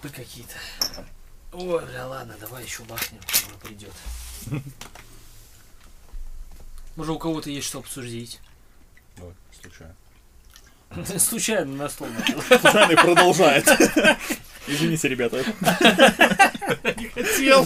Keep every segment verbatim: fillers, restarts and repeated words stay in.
Типы какие-то. Ой, бля, ладно, давай еще бахнем, когда придет. Может, у кого-то есть что обсудить? Давай, случайно. Случайно на стол начал. Случайно продолжает. Извините, ребята. Не хотел.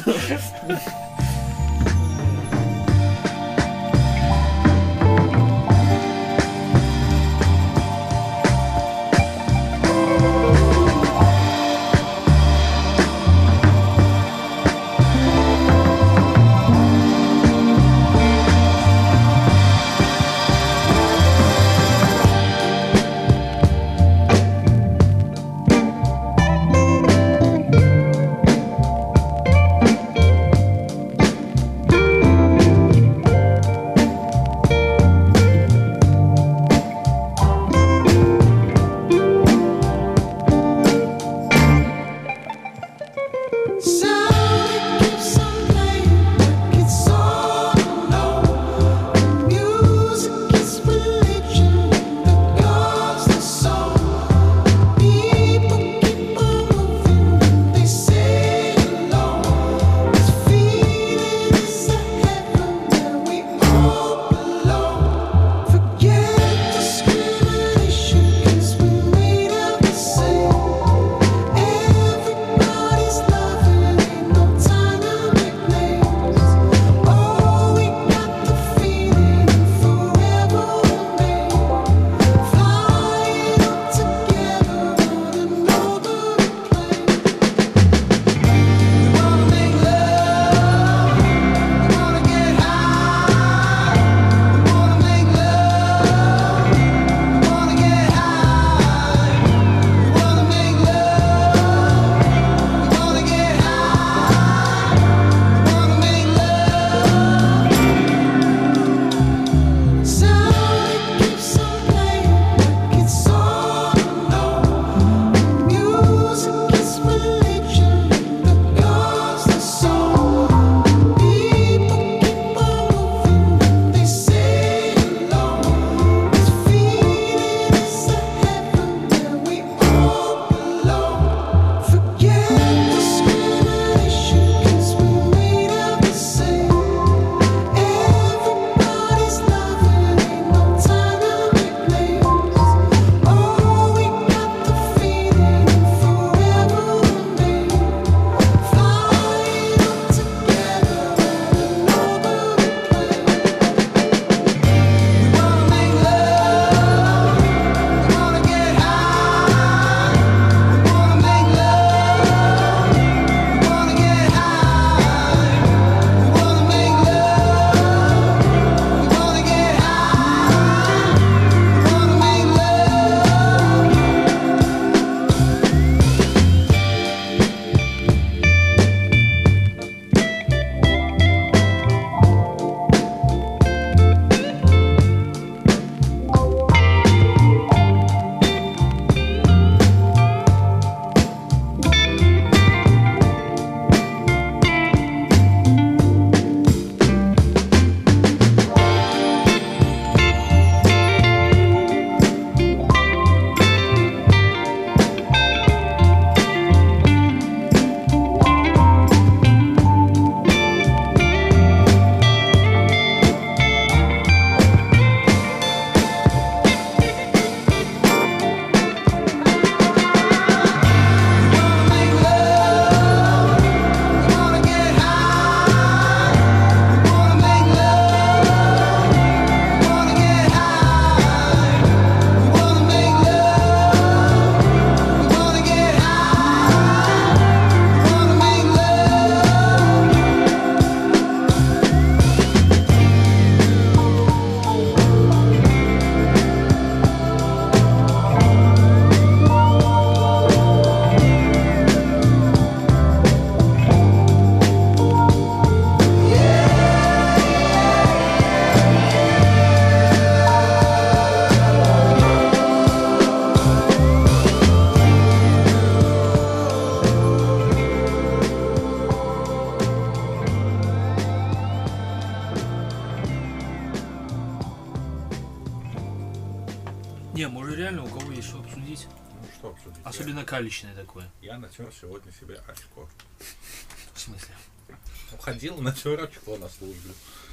что обсудить. Особенно каличное такое. Я, я натер сегодня себе очко. В смысле? Уходил, натер очко на службе.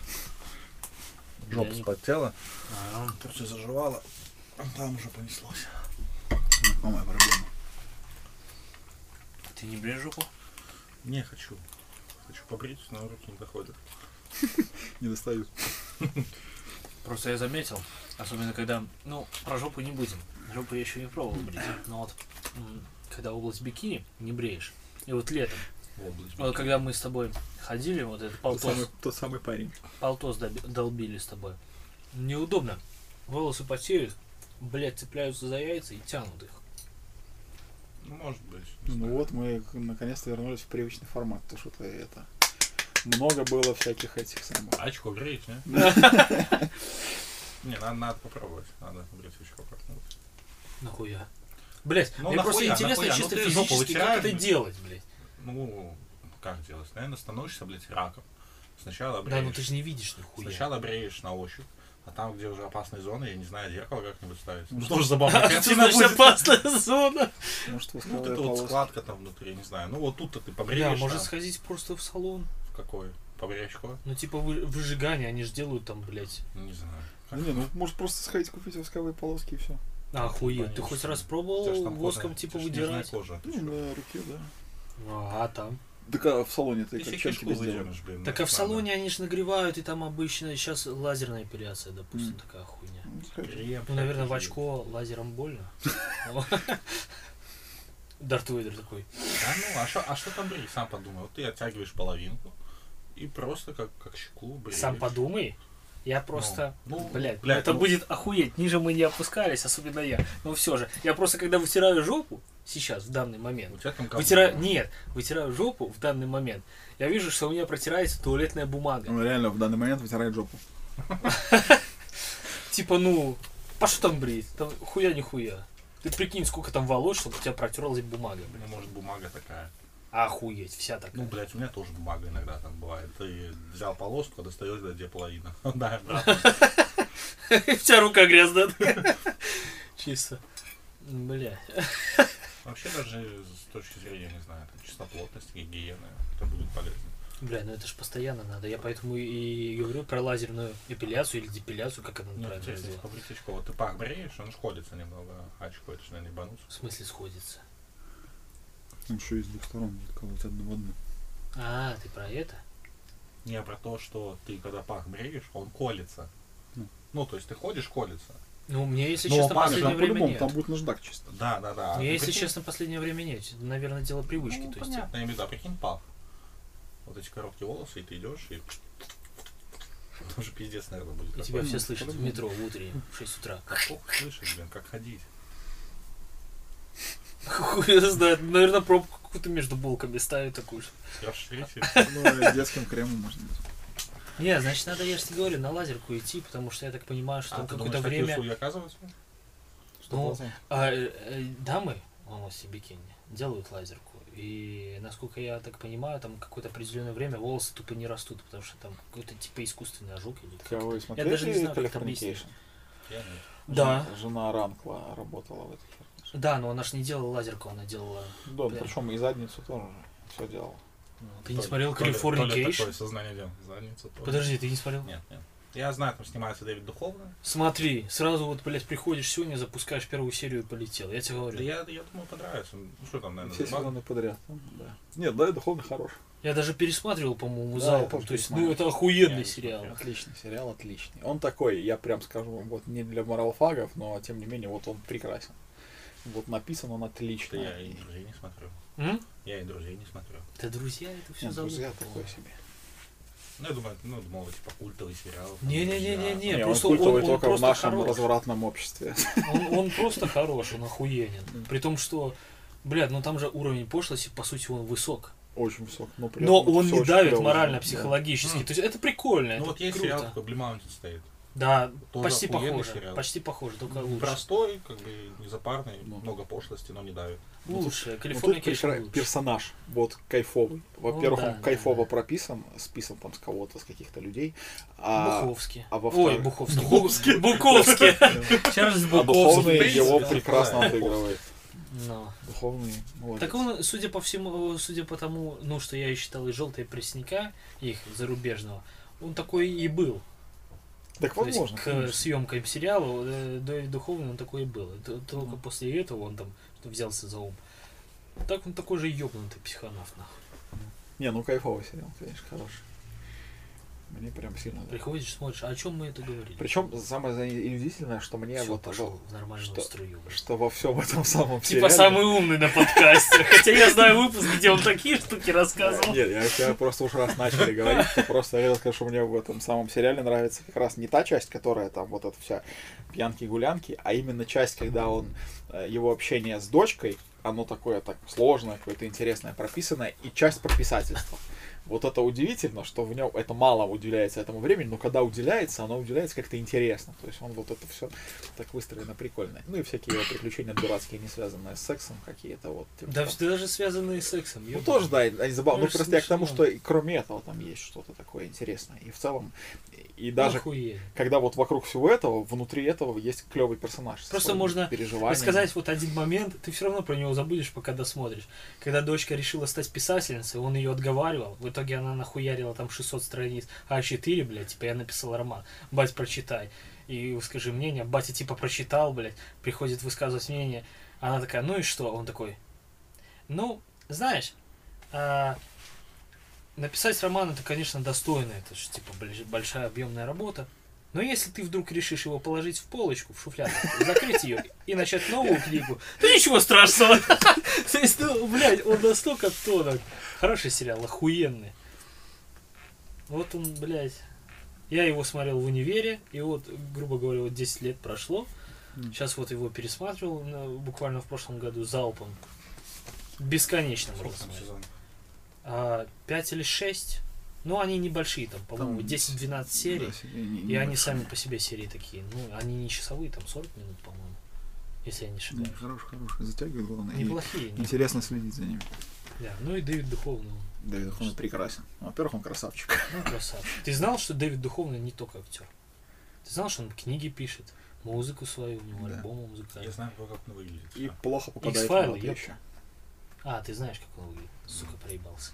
Жопа спотела. А, Тут все заживало. Там уже понеслось. Знакомая проблема. ты не бреешь жопу? Не хочу. Хочу побрить, но руки не доходят. Не достают. Просто я заметил, особенно когда, ну, про жопу не будем. Жопу я еще не пробовал брить. Но вот, м, когда область бикини не бреешь. И вот летом, Область. вот когда мы с тобой ходили, вот этот Тот полтос, самый, тот самый парень. полтос доби- долбили с тобой. Неудобно. Волосы потеют, блядь, цепляются за яйца и тянут их. Ну, может быть. не Ну знаю. вот мы наконец-то вернулись в привычный формат. То что-то это... Много было всяких этих самых. Очко греешь, не? Не, надо, надо попробовать. Надо побрить очко как-нибудь. Нахуя? Блять, Ну, мне просто нахуя, интересно нахуя? чисто Ну, ты жопу физически, как вытираешь, это блядь. делать, блядь. Ну, как делать? Наверное, становишься, блядь, раком. Сначала Да, бреешь. ну ты же не видишь нихуя. Сначала бреешь на ощупь, а там, где уже опасные зоны, я не знаю, зеркало как-нибудь ставить. Ну, Ну, что тоже забавная А, что картина значит будет. опасная зона? Может, Ну, вот восковая эта вот полоска. складка там внутри, я не знаю. Ну, вот тут-то ты Бля, побреешь. может там. сходить просто в салон? В какой? Побрей очко? Ну типа вы- выжигание, они же делают там, блядь. Ну, не знаю. Да не, ну может просто сходить купить восковые полоски и все. А, охуеть, ты Конечно. хоть раз У тебя ж пробовал там воском кожа, типа у тебя ж нежная выдирать? кожа. ты Ну, чё? на руке, да. А, там. Так а в салоне ты Если как чем кишку тебе сделают? выдернешь, блин. Так ну, а в надо. салоне они ж нагревают, и там обычно сейчас лазерная эпиляция, допустим, М. такая хуйня. Ну, сходи. Крем, Ну, наверное, в всякий очко лазером больно. Дарт Вейдер такой. Да ну, а что а шо там брить? Сам подумай. Вот ты оттягиваешь половинку и просто как, как щеку бреешь. Сам подумай. Я просто, Ну, ну, блядь, блядь, это ну- будет охуеть. Ниже мы не опускались, особенно я. Но все же, я просто когда вытираю жопу, сейчас, в данный момент, У тебя там вытираю, нет, вытираю жопу в данный момент, я вижу, что у меня протирается туалетная бумага. Он реально в данный момент вытирает жопу. Типа, ну, по что там брить? Там хуя нихуя. Ты прикинь, сколько там волос, чтобы у тебя протерлась бумага, Ну, блядь. может, бумага такая. Охуеть, вся такая. Ну, блядь, у меня тоже бумага иногда там бывает. Ты взял полоску, а достаешь, да, где половина. Да, обратно. Вся рука грязная. Чисто. Бля. Вообще, даже с точки зрения, не знаю, там, чистоплотности, гигиены, это будет полезно. Бля, ну это ж постоянно надо. Я поэтому и говорю про лазерную эпиляцию или депиляцию, как она Ну, правильно интересно, если называется. побрить очко. Вот ты пах бреешь, он сходится немного. А очко, это же, наверное, ебануться. В смысле сходится? Он что из двух сторон будет колоть одну в одну. А, ты про это? Не про то, что ты, когда пах бреешь, он колется. Ну. Ну, то есть ты ходишь, колется. Ну, мне, если Ну, честно, пах, последнее Там время по-любому, нет. там будет наждак чисто. Да, да, да. Мне, А если прикинь- честно, последнее время нет. Наверное, дело привычки. Ну, то есть, понятно, я имею в виду, а прикинь, пах. Вот эти короткие волосы, и ты идешь, и... Тоже пиздец, наверное, будет. и какой-то. тебя все Ну, слышат в по-любому. метро в утреннем, в шесть утра. Как плохо слышать, блин, как ходить. Хуй знает. Наверное, пробку какую-то между булками ставят такую же. Расширите. Ну, с детским кремом может быть. Не, значит, надо, я же тебе говорю, на лазерку идти, потому что я так понимаю, что А там ты какое-то думаешь, такие время... услуги оказываются? Ну, а, э, э, дамы в Амосе бикини делают лазерку. И, насколько я так понимаю, там какое-то определенное время волосы тупо не растут, потому что там какой-то типа искусственный ожог или А вы как-то. Я даже не смотрели знаю, как это объяснить. Californication? Я нет. Да. Жена, жена Ранкла работала в этой херне. Да, но она ж не делала лазерку, она делала... Да, Прям. причем и задницу тоже все делала. Ты не Толя- смотрел Толя- Толя Californication? такое сознание дел. Задницу тоже. Подожди, ты не смотрел? Нет, нет. Я знаю, там снимается Дэвид Духовно. Смотри, сразу вот, блядь, приходишь сегодня, запускаешь первую серию и полетел. Я тебе говорю. Да я, я думаю, понравится. Ну что там, наверное, Все забавно? сезоны подряд. ну, Да. Нет, да, духовно хорош. Я даже пересматривал, по-моему, Да, залпом. я тоже То есть, ну, пересматривал. это Я охуенный не сериал. смотрел. Отличный сериал, отличный. Он такой, я прям скажу, вот не для моралфагов, но тем не менее, вот он прекрасен. Вот написан он отлично. Что я и друзей не смотрю. М? Я и друзей не смотрю. Да, друзья, это все Нет, зовут. друзья такой себе. Ну, я думаю, ну, думал, типа культовый сериал. там, Не-не-не-не-не. друзья. Не, он просто культовый он- он только в просто нашем хорош. развратном обществе. Он, он просто хорош, он охуенен. При том, что, блядь, ну там же уровень пошлости, по сути, он высок. Очень высок. Но, при Но этом это он всё не очень давит клёво морально, сделано, психологически. М. То есть это прикольно, Ну это вот есть круто. сериал такой, Blue Mountain стоит. Да, Тоже почти охуенный похоже. сериал. Почти похоже, только лучше. Простой, как бы незапарный, Ну. много пошлости, но не давит. Лучше. Ну, Калифорния, тут конечно, персо- лучше. персонаж, вот кайфовый. Во-первых, да, он да, кайфово да. прописан, списан там с кого-то, с каких-то людей. А, Буховский. а во Ой, вторых- Буховский. Бу- Буковский. Чарльз а Буковский. духовный принципе, его да, прекрасно да. отыгрывает. Но. Духовный молодец. Так он, судя по всему, судя по тому, ну, что я и считал из «Желтого пресняка», их зарубежного, он такой и был. Так То есть возможно. к конечно. съемкам сериала э, Дэвид Духовный он такой и был. Это только Мгм. после этого он там взялся за ум. Так он такой же ёбнутый психонавт, нахуй. Не, ну кайфовый сериал, конечно, хороший. Мне прям сильно нравится. Приходишь, смотришь, а о чем мы это говорили? Причем самое удивительное, что мне Всё, вот пошел во- в нормальную что, струю. что во всем этом самом Типа сериале... самый умный на подкасте. Хотя я знаю выпуск, где он такие штуки рассказывал. Нет, я, я просто уж раз начали говорить, то просто я скажу, что мне в этом самом сериале нравится как раз не та часть, которая там вот эта вся пьянки-гулянки, а именно часть, когда он, э, его общение с дочкой, оно такое так сложное, какое-то интересное, прописанное, и часть про писательство. Вот это удивительно, что в нем это мало уделяется этому времени, но когда уделяется, оно уделяется как-то интересно. То есть он вот это все так выстроено прикольно. Ну и всякие его приключения дурацкие, не связанные с сексом, какие-то вот. Типа, Да, там. даже связанные с сексом. Ну ёбаный. тоже, да, они забавно. Ну Тоже просто я к тому, смешно. что и кроме этого там есть что-то такое интересное. И в целом, и даже Охуеть. когда вот вокруг всего этого, внутри этого есть клевый персонаж. со Просто своими можно переживаниями. рассказать вот один момент, ты все равно про него забудешь, пока досмотришь. Когда дочка решила стать писательницей, он ее отговаривал, в итоге она нахуярила там шестьсот страниц, а четыре, блядь, типа я написал роман, бать, прочитай, и выскажи мнение, батя типа прочитал, блядь, приходит высказывать мнение, она такая, ну и что? Он такой, ну, знаешь, а, написать роман это, конечно, достойно, это же типа ближ- большая объемная работа. Но если ты вдруг решишь его положить в полочку, в шуфляду, закрыть ее и начать новую книгу, то ничего страшного. То есть, ну, блядь, он настолько тонок. Хороший сериал, охуенный. Вот он, блядь. Я его смотрел в универе, и вот, грубо говоря, вот десять лет прошло. Сейчас вот его пересматривал на- буквально в прошлом году залпом. Бесконечно можно Сколько там смотреть. сезонов? А, пять или шесть. Ну, они небольшие, там, по-моему, Там десять-двенадцать серий. Да, серии не- И не они большие. сами по себе серии такие. Ну, они не часовые, там сорок минут, по-моему. Если я не Не, ошибаюсь. хороший, хороший, затягивает главное. И Неплохие. не- интересно следить за ними. Да. Ну и Дэвид Духовный. он, Дэвид Духовный прекрасен. Во-первых, он красавчик. Ну, красавчик. Ты знал, что Дэвид Духовный не только актер? Ты знал, что он книги пишет, музыку свою, у него Да. альбомы Я музыкальные. знаю, как он выглядит. И всё. плохо попадает в X-файлы, ноты ёпта. еще. А, ты знаешь, как он выглядит. Сука, проебался.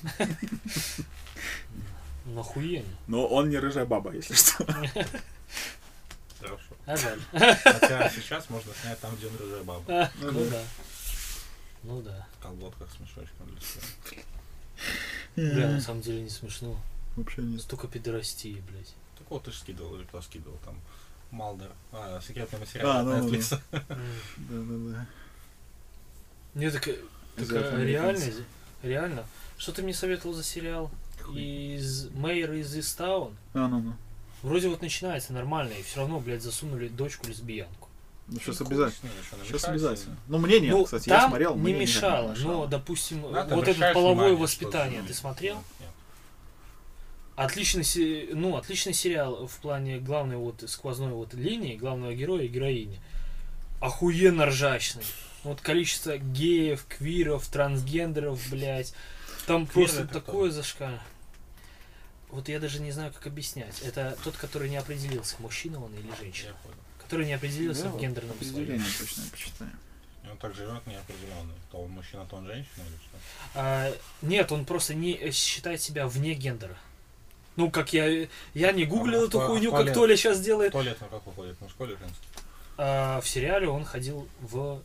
Ну, охуенно. Но он не рыжая баба, если что. Хорошо. А жаль. Хотя сейчас можно снять там, где он рыжая баба. А, Ну Ну да. да. Ну да. В колготках с мешочком для себя. Бля, на самом деле не смешно. Вообще нет. Столько пидорастии, блядь. Так вот, ты же скидывал, или кто скидывал там. Малдер. А, секретный материал А, от ну, ну, Netflix. Да-да-да. Не, так, так За а, реально, американцев. реально. Что ты мне советовал за сериал? Хуй. Из Мэйр из Истаун. А, ну, ну. Вроде вот начинается нормально, и все равно, блядь, засунули дочку лесбиянку. Ну, сейчас Ну, обязательно. хуй с ней, что, Сейчас намешать обязательно. Ну, мне нет, ну, кстати, там я смотрел, не мне никак мешало, мешало. но, допустим, Ну, это вот это обращаешь половое внимание, воспитание что- ты смотрел? Нет. Отличный, се- ну, отличный сериал в плане главной вот сквозной вот линии, главного героя и героини. Охуенно ржачный. Вот количество геев, квиров, трансгендеров, блядь. Там Квир просто это такое зашкаль. Вот я даже не знаю, как объяснять. Это тот, который не определился, мужчина он или женщина. Я понял. Который не определился Да, в вот гендерном слое. Определение точно я почитаю. И он так живет неопределенный. То он мужчина, то он женщина или что? А, нет, он просто не считает себя вне гендера. Ну, как я... Я не гуглил А, эту а хуйню, в как туалет? Толя сейчас делает. Туалет он как выходит? Мужской или женский? А, в сериале он ходил в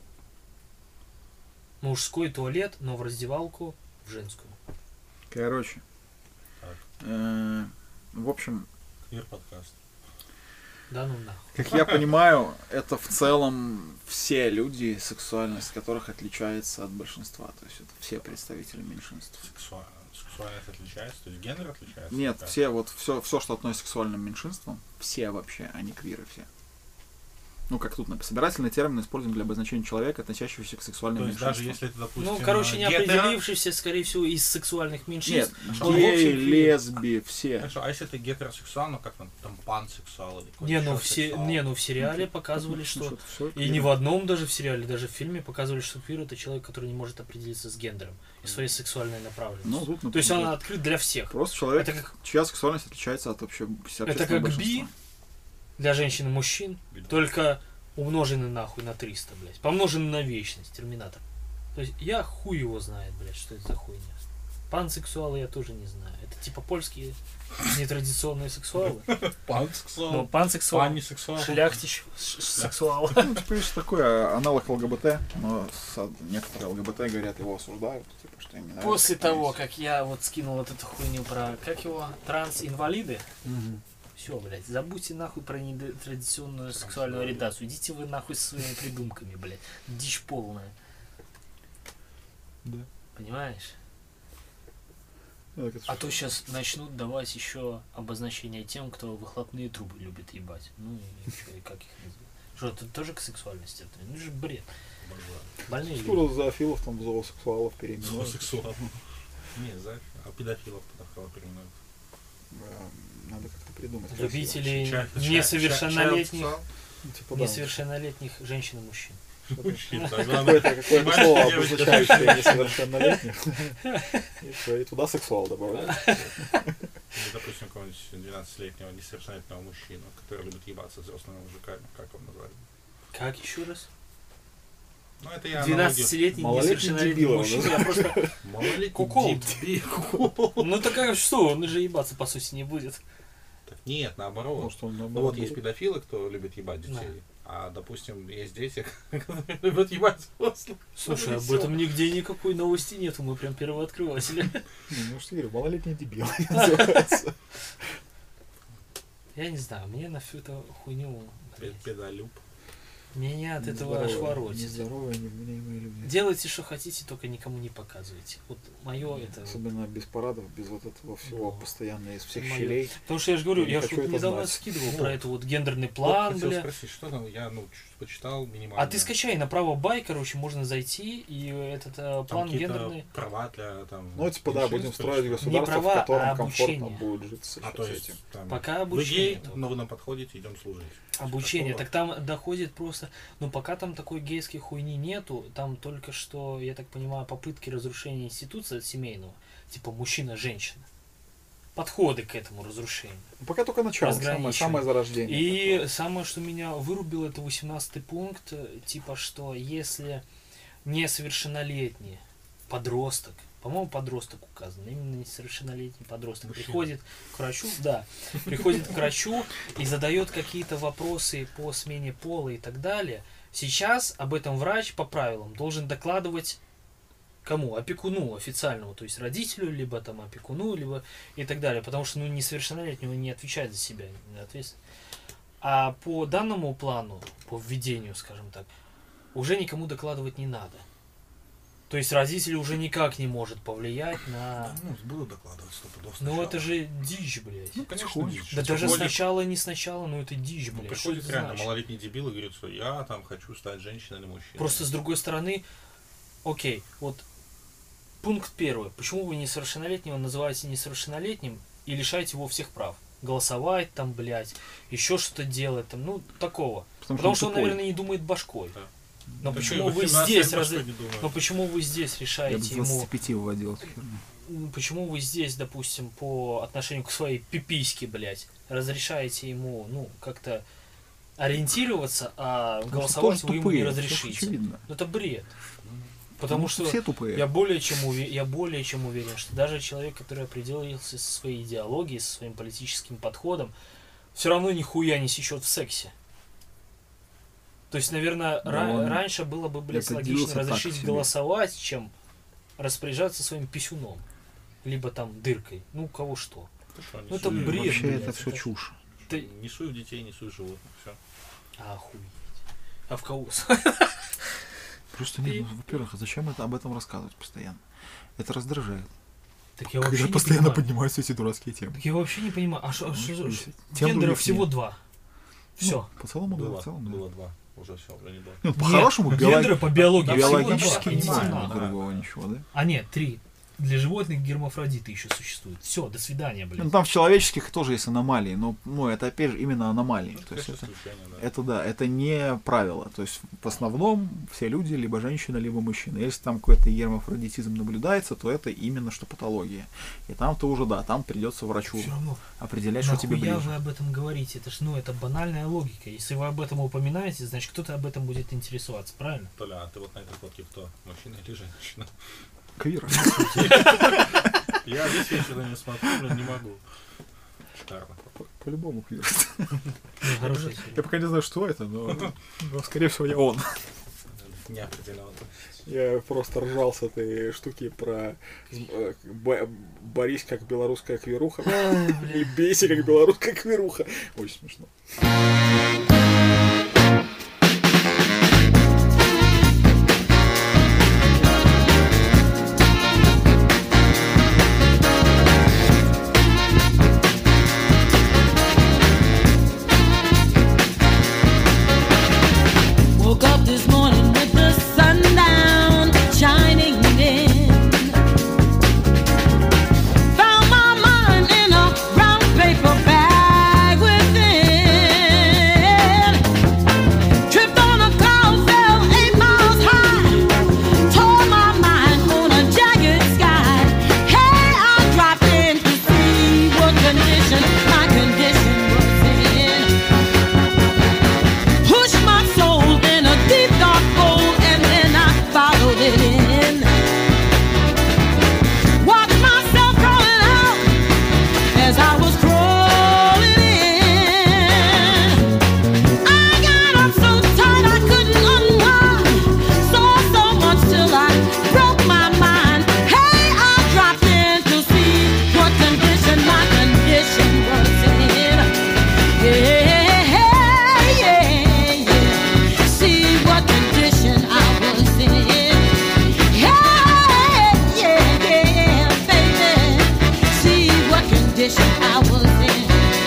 мужской туалет, но в раздевалку в женскую. Короче. Так. э, В общем, Квир подкаст. Да ну нахуй. как я понимаю, это в целом все люди, сексуальность которых отличается от большинства. То есть это все представители меньшинств. Сексуа- Сексуальность отличается? То есть гендер отличается? Нет, Как? все вот все, все, что относится к сексуальным меньшинствам, все вообще, они квиры все. Ну, как тут написано, собирательный термин используем для обозначения человека, относящегося к сексуальным То есть меньшинствам. даже если это, допустим, Ну, короче, не гетеро- определившийся, скорее всего, из сексуальных Нет, меньшинств. Хорошо, он в геи, общем квир. лесби, все. Хорошо, а если ты гетеросексуал, ну как там, там пансексуал или какой-то Не, ну еще в, се- сексуал? не, ну в сериале показывали, что... Ну, всё И не в одном даже в сериале, даже в фильме показывали, что квир это человек, который не может определиться с гендером и своей сексуальной направленностью. Ну, тут, То есть например, она открыт для всех. просто человек, Это как, чья сексуальность отличается от вообще это общественного как большинства. би для женщин и мужчин, Бедро. только умноженный нахуй на триста, блядь. Помноженный на вечность, терминатор. То есть я хуй его знает, блядь, что это за хуйня. Пансексуалы я тоже не знаю. Это типа польские нетрадиционные сексуалы. Пансексуал. Ну, пансексуал. Панисексуал. Шляхтич сексуал. Ну, в принципе, такой аналог ЛГБТ, но некоторые ЛГБТ говорят, его осуждают, типа, что им не нравится. После того, как я вот скинул вот эту хуйню про, как его, транс-инвалиды, Угу. все, блядь, забудьте нахуй про нетрадиционную сексуальную ориентацию. Идите вы нахуй со своими придумками, блядь. Дичь полная. Да. Понимаешь? Ну, так это А что? то сейчас начнут давать еще обозначения тем, кто выхлопные трубы любит ебать. Ну и что, и как их называют? Что, это тоже к сексуальности? Это ну же бред. Больные люди. Скоро зоофилов, там, зоосексуалов переименуют. Сексуал. Не, за. А педофилов кого переименуют? Э, Надо как-то придумать. Любители Ча- ча- несовершеннолетних, ча- Типа, да. несовершеннолетних женщин и мужчин. Мужчин, да, главное. Какое-то какое-то Мальчики, слово, девочки. обозначающее несовершеннолетних. И всё, и туда сексуал добавляют. Или, допустим, какого-нибудь двенадцатилетнего несовершеннолетнего мужчину, который любит ебаться с взрослыми мужиками. Как его назвали? Как еще раз? Ну, это я аналогию. двенадцатилетний Малолетний несовершеннолетний дебил, мужчина. да? Я просто... Малолетний Кукол. дебил. Ну так а что, он же ебаться по сути не будет. Так нет, наоборот. Может, он Ну наоборот вот есть будет. педофилы, кто любит ебать детей. А, допустим, есть дети, которые любят ебать взрослых. Слушай, Ну, об всё. этом нигде никакой новости нету, мы прям первооткрыватели. Не, ну, что я говорю, малолетний дебил называется. Я не знаю, мне на всю эту хуйню... блядь, Педолюб. меня от этого аж Нездоровые, воротит. Нездоровые, невменяемые люди. Делайте, что хотите, только никому не показывайте. Вот мое это... Особенно без парадов, без вот этого всего, Ну, постоянно из всех моё. щелей. Потому что я же говорю, Я не я ж хочу вот это недавно знать. скидывал Вот. про это вот гендерный Вот план, хотел бля. спросить, что там, я, ну, чуть почитал минимально. А ты скачай на право бай, короче, можно зайти, и этот э, Там план какие-то гендерный... права для, там... Ну, типа, да, будем меньшинств, строить или что? государство, права, в котором а комфортно обучение. будет жить с А то есть, этим. там, Пока вы обучение гей, только. но вы нам подходите, идем служить. Обучение, Такого? так там доходит просто, ну пока там такой гейской хуйни нету, там только что, я так понимаю, попытки разрушения института семейного, типа мужчина-женщина, подходы к этому разрушению. Ну, пока только начало, самое, Разграничивание. самое зарождение. И такое. самое, что меня вырубило, это восемнадцатый пункт, э, типа что если несовершеннолетний подросток, по-моему, подросток указан, именно несовершеннолетний подросток Мужчина. приходит к врачу, да, приходит к врачу и задает какие-то вопросы по смене пола и так далее. Сейчас об этом врач по правилам должен докладывать кому? Опекуну официальному, то есть родителю, либо там опекуну, либо и так далее, потому что ну несовершеннолетний он не отвечает за себя, не ответственен. А по данному плану, по введению, скажем так, уже никому докладывать не надо. То есть родитель уже никак не может повлиять на... Да, ну, было докладывать стопудов Ну сначала. это же дичь, блядь. Ну, конечно, потихонечку. дичь. Да даже Приходит- сначала, не сначала, но это дичь, ну, блядь. Что приходит это реально значит? малолетний дебил и говорит, что я там хочу стать женщиной или мужчиной. Просто с другой стороны, окей, вот пункт первый. Почему вы несовершеннолетнего называете несовершеннолетним и лишаете его всех прав? Голосовать там, блядь, еще что-то делать там, ну, такого. Потому, Потому что он, тупой. наверное, не думает башкой. Да. Но Ну, почему чё, вы восемнадцать здесь лет раз... башкой не думает? Но почему вы здесь Я бы решаете с ему... двадцати пяти выводил эту херню. М, Почему вы здесь, допустим, по отношению к своей пипиське, блядь, разрешаете ему, ну, как-то ориентироваться, а Потому что голосовать тоже вы ему не тупые, всё разрешите? очевидно. Ну, это бред. Потому что все тупые. я более чем уверен, я более чем уверен, что даже человек, который определился со своей идеологией, со своим политическим подходом, все равно нихуя не сечет в сексе. То есть, наверное, Да ра- он раньше было бы, блядь, определился логично так разрешить себе. голосовать, чем распоряжаться своим писюном. Либо там дыркой. Ну, у кого что. Ты что, Ну, это несуй- бред, Вообще блядь, это все это- чушь. Ты... Не суй в детей, не суй в животных. Все. А, охуеть. А в кого? Просто нет, ну, во-первых, а зачем это об этом рассказывать постоянно? Это раздражает. Так я вообще Когда не постоянно понимаю. поднимаются эти дурацкие темы. Так я вообще не понимаю. А что? Ну, что- что, что- тем Гендеров других всего нет. два. Все. Ну, по целому, да, Было, в целом, да. было два. Уже все, уже не два. Ну, по-хорошему, биолог- Гендеры по биологии. Да, всего биологически два. понимаю, нету да, другого да. ничего, да? А нет, три. для животных гермафродиты еще существуют. Все, до свидания, блин. Ну, там в человеческих тоже есть аномалии, но ну, это опять же именно аномалии. Это, то есть это, да. это да, это не правило. То есть в основном все люди либо женщина, либо мужчина. Если там какой-то гермафродитизм наблюдается, то это именно что патология. И там-то уже да, там придется врачу Все равно. определять, что тебе ближе. Нахуя вы об этом говорите? Это ж, ну, это банальная логика. Если вы об этом упоминаете, значит кто-то об этом будет интересоваться, правильно? Толя, а ты вот на этой фотке кто? Мужчина или женщина? Квир. Я весь вечер не смотрю, но не могу. Шикарно. По-любому квир. Хорошая Я пока не знаю, что это, но, но скорее всего я он. Не определенно. Я просто ржал с этой штуки про э, бо- борись как белорусская квируха и бейся как белорусская квируха. Очень смешно. Woke up this morning with the sun down, shining in. Found my mind in a brown paper bag within. Tripped on a cloud, fell eight miles high. Tore my mind on a jagged sky. Hey, I dropped in to see what condition my condition was in. Pushed my soul in a deep dark hole, and then I followed it in. Watched myself crawling out as I was crawling in. I got up so tight I couldn't unwind. Saw so much till I broke my mind. Hey, I dropped in to see what condition my condition was in. Yeah, yeah, yeah. See what condition I was in. Yeah, yeah, yeah, baby. See what condition I was in.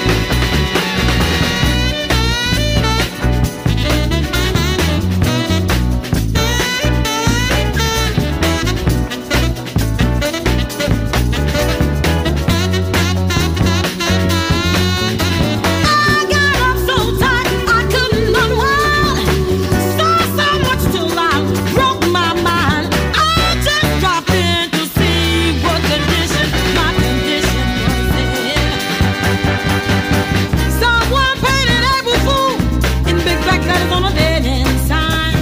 I got up so tight I couldn't unwind. Saw so much till I broke my mind. I just dropped in to see what condition my condition was in. Someone painted April Fool in big black letters on a dead end sign.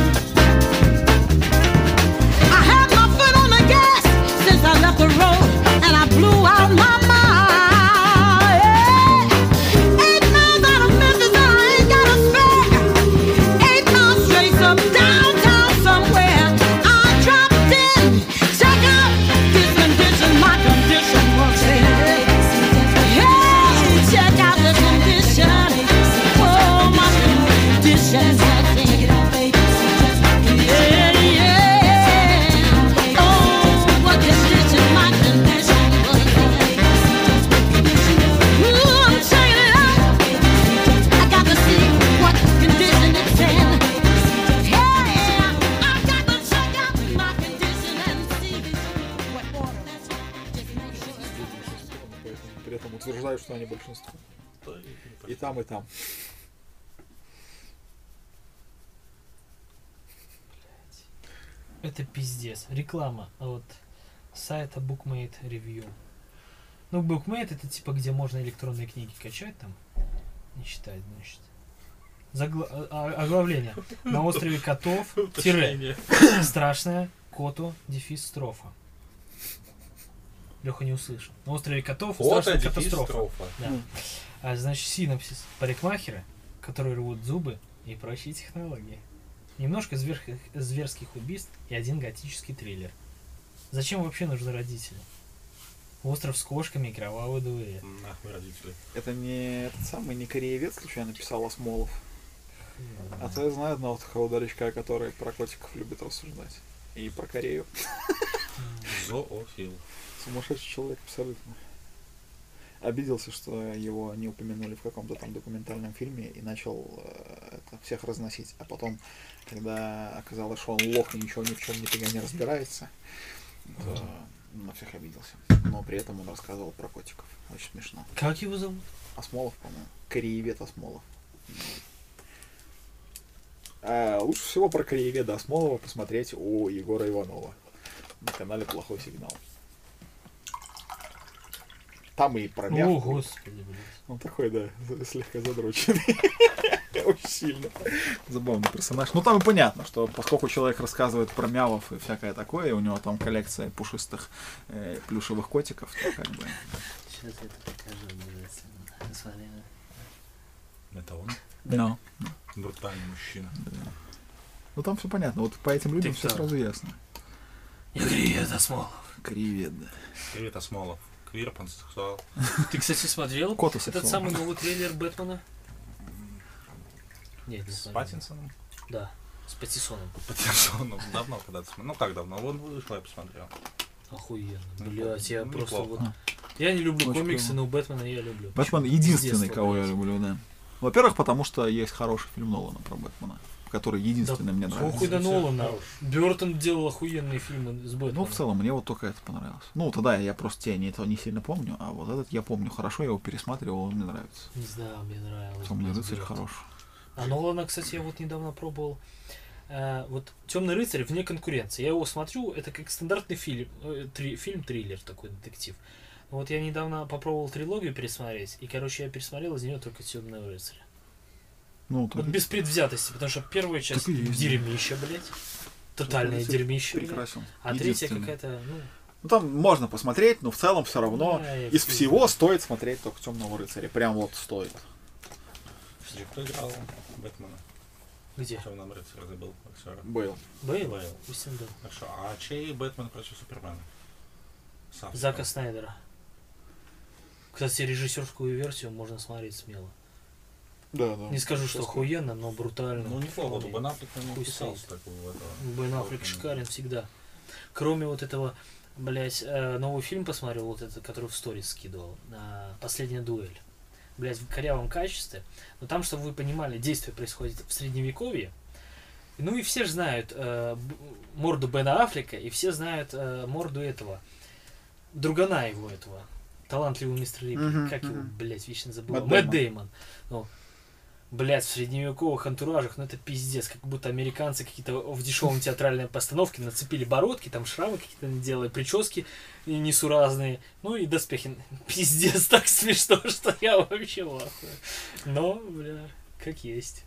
I had my foot on the gas since I left the road, and I blew out my mind. Eight miles out of Memphis, and I ain't got a spare. Eight miles straight up downtown somewhere. I dropped in, check out this condition my condition was in. Hey, check out the condition. Oh, my condition was in. Yeah, yeah. Oh, what condition my condition was in. Ooh, I'm checking it out. I got to see what condition it's in. Hey, I got to check out my condition and see what order that's in. Just make sure. Поэтому при этом утверждаю, что они большинство. И там, и там. Это пиздец. Реклама от сайта Bookmate Review. Ну, Bookmate это типа, где можно электронные книги качать там. Не читать, значит. Загла... а- Оглавление. На острове котов, тире, страшная, коту, дефис, строфа. Леха не услышал. На острове котов, Фото, страшная дефис, катастрофа. строфа. Да. А, значит, синопсис. Парикмахеры, которые рвут зубы и прочие технологии. Немножко зверх- зверских убийств и один готический триллер. Зачем вообще нужны родители? Остров с кошками и кровавый дуэль. Нахуй родители. Это не этот самый, не кореевец случайно писал Осмолов. А то я знаю одного такого дурачка, который про котиков любит рассуждать. И про Корею. Зоофил. Сумасшедший человек абсолютно. Обиделся, что его не упомянули в каком-то там документальном фильме и начал э, это, всех разносить. А потом, когда оказалось, что он лох и ничего ни в чем нифига не разбирается, то на всех обиделся. Но при этом он рассказывал про котиков. Очень смешно. Как его зовут? Осмолов, по-моему. Кореевед Осмолов. А лучше всего про корееведа Осмолова посмотреть у Егора Иванова на канале «Плохой сигнал». Там и про мягкую. О, господи, блядь. Он такой, да, слегка задроченный. Очень сильно. Забавный персонаж. Ну там и понятно, что поскольку человек рассказывает про мявов и всякое такое, и у него там коллекция пушистых э, плюшевых котиков, то как бы... Сейчас я это покажу обязательно. Смотри. Это он? No. Брутальный мужчина. Да. Ну там все понятно. Вот по этим людям Ты все кто? сразу ясно. Кореевед Осмолов. Кореевед, да. Привет, Осмолов. Квир, пансексуал. Ты, кстати, смотрел Кота этот сексуал. самый новый трейлер Бэтмена? Нет, не С смотрел. Паттинсоном? Да, с Паттисоном. Паттинсоном. Давно когда-то смотрел. Ну как давно? Он вышел, я посмотрел. Охуенно. Ну, Блять, я ну, просто неплохо. вот... Я не люблю Очень комиксы, клево. но Бэтмена я люблю. Бэтмен Почему? единственный, С детства, кого я блядь. люблю, да. Во-первых, потому что есть хороший фильм Нолана про Бэтмена, который единственный мне нравится. Похуй до Всё Нолана. хорош. Бёртон делал охуенные фильмы с Бэтменом. Ну, в целом, мне вот только это понравилось. Ну, тогда я просто тебя не, этого не сильно помню, а вот этот я помню хорошо, я его пересматривал, он мне нравится. Не знаю, мне нравилось. Темный блядь, рыцарь Бёртон. хорош. А Нолана, кстати, я вот недавно пробовал. Э, вот Темный рыцарь вне конкуренции. Я его смотрю, это как стандартный фильм, э, три, фильм-триллер такой, детектив. Вот я недавно попробовал трилогию пересмотреть, и, короче, я пересмотрел из нее только Темного рыцаря. Ну, Вот так без предвзятости, потому что первая часть и есть, да. дерьмище, блядь. Тотальное рыцарь дерьмище. блядь. прекрасен. А третья Единственный. какая-то, ну, Ну, там можно посмотреть, но в целом все равно Да, я из всё всего знаю. стоит смотреть только Темного рыцаря. Прям вот стоит. Где кто играл Бэтмена? где? В Темном рыцаре забыл актера. Был. Бейл? Бейл. Пусть он был. Хорошо. А чей Бэтмен против Супермена? Сам. Зака Снайдера. Кстати, режиссерскую версию можно смотреть смело. Да, да. Не скажу, что охуенно, но брутально. Ну неплохо, вот Бен Аффлек на него Хуй вписался стоит. так в это. Бен Аффлек Бэтмена. шикарен всегда. Кроме вот этого, блять, новый фильм посмотрел, вот этот, который в сторис скидывал. а, «Последняя дуэль». Блять, в корявом качестве. Но там, чтобы вы понимали, действие происходит в средневековье. Ну и все же знают э, б- морду Бена Аффлека, и все знают э, морду этого. Другана его этого. Талантливого мистера Рипли. Мгм, Как его, мгм. блять, вечно забыл. Мэтт Мэтт Дэймон. Дэймон. Ну, блять, в средневековых антуражах, ну это пиздец. Как будто американцы какие-то в дешевом театральной постановке нацепили бородки, там шрамы какие-то делали, прически несуразные. Ну и доспехи. Пиздец, так смешно, что я вообще в ахуе. Но, бля, как есть.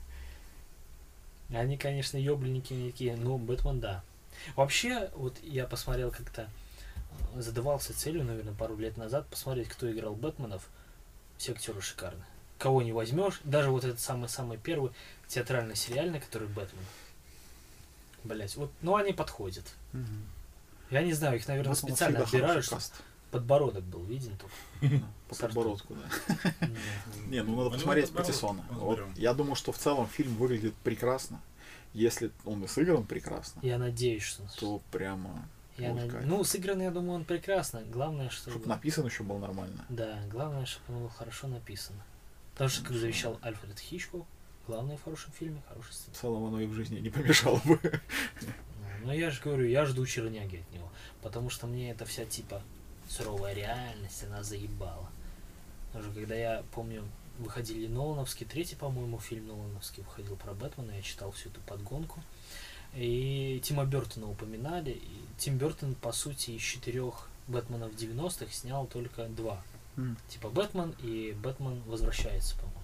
Они, конечно, ёбленники такие, но Бэтмен, да. Вообще, вот я посмотрел как-то, э, задавался целью, наверное, пару лет назад, посмотреть, кто играл Бэтменов. Все актеры шикарны. Кого не возьмешь, даже вот этот самый-самый первый театрально-сериальный, который Бэтмен. Блять, вот, ну они подходят. Я не знаю, их, наверное, Бэтмен специально всегда отбирают, хороший чтобы каст. подбородок был виден только. По С ртом. подбородку, да. Да. Не, ну надо У него посмотреть подбородок Паттисона. Вот, разберем. я думаю, что в целом фильм выглядит прекрасно. Если он и сыгран прекрасно, Я надеюсь, что... то прямо Я будет над- кайф. Ну, сыгран, я думаю, он прекрасно. Главное, что... Чтоб написан еще был нормально. Да, главное, чтобы он был хорошо написан. Потому что, как завещал Альфред Хичкок, главное в хорошем фильме — хороший В сценарий. целом оно и в жизни не помешало бы. Но я же говорю, я жду черняги от него. Потому что мне эта вся, типа, суровая реальность, она заебала. Потому что когда я, помню, выходили Нолановский, третий, по-моему, фильм Нолановский выходил про Бэтмена, я читал всю эту подгонку. И Тима Бёртона упоминали. И Тим Бёртон, по сути, из четырех Бэтменов девяностых снял только два. М. Типа Бэтмен и Бэтмен возвращается, по-моему.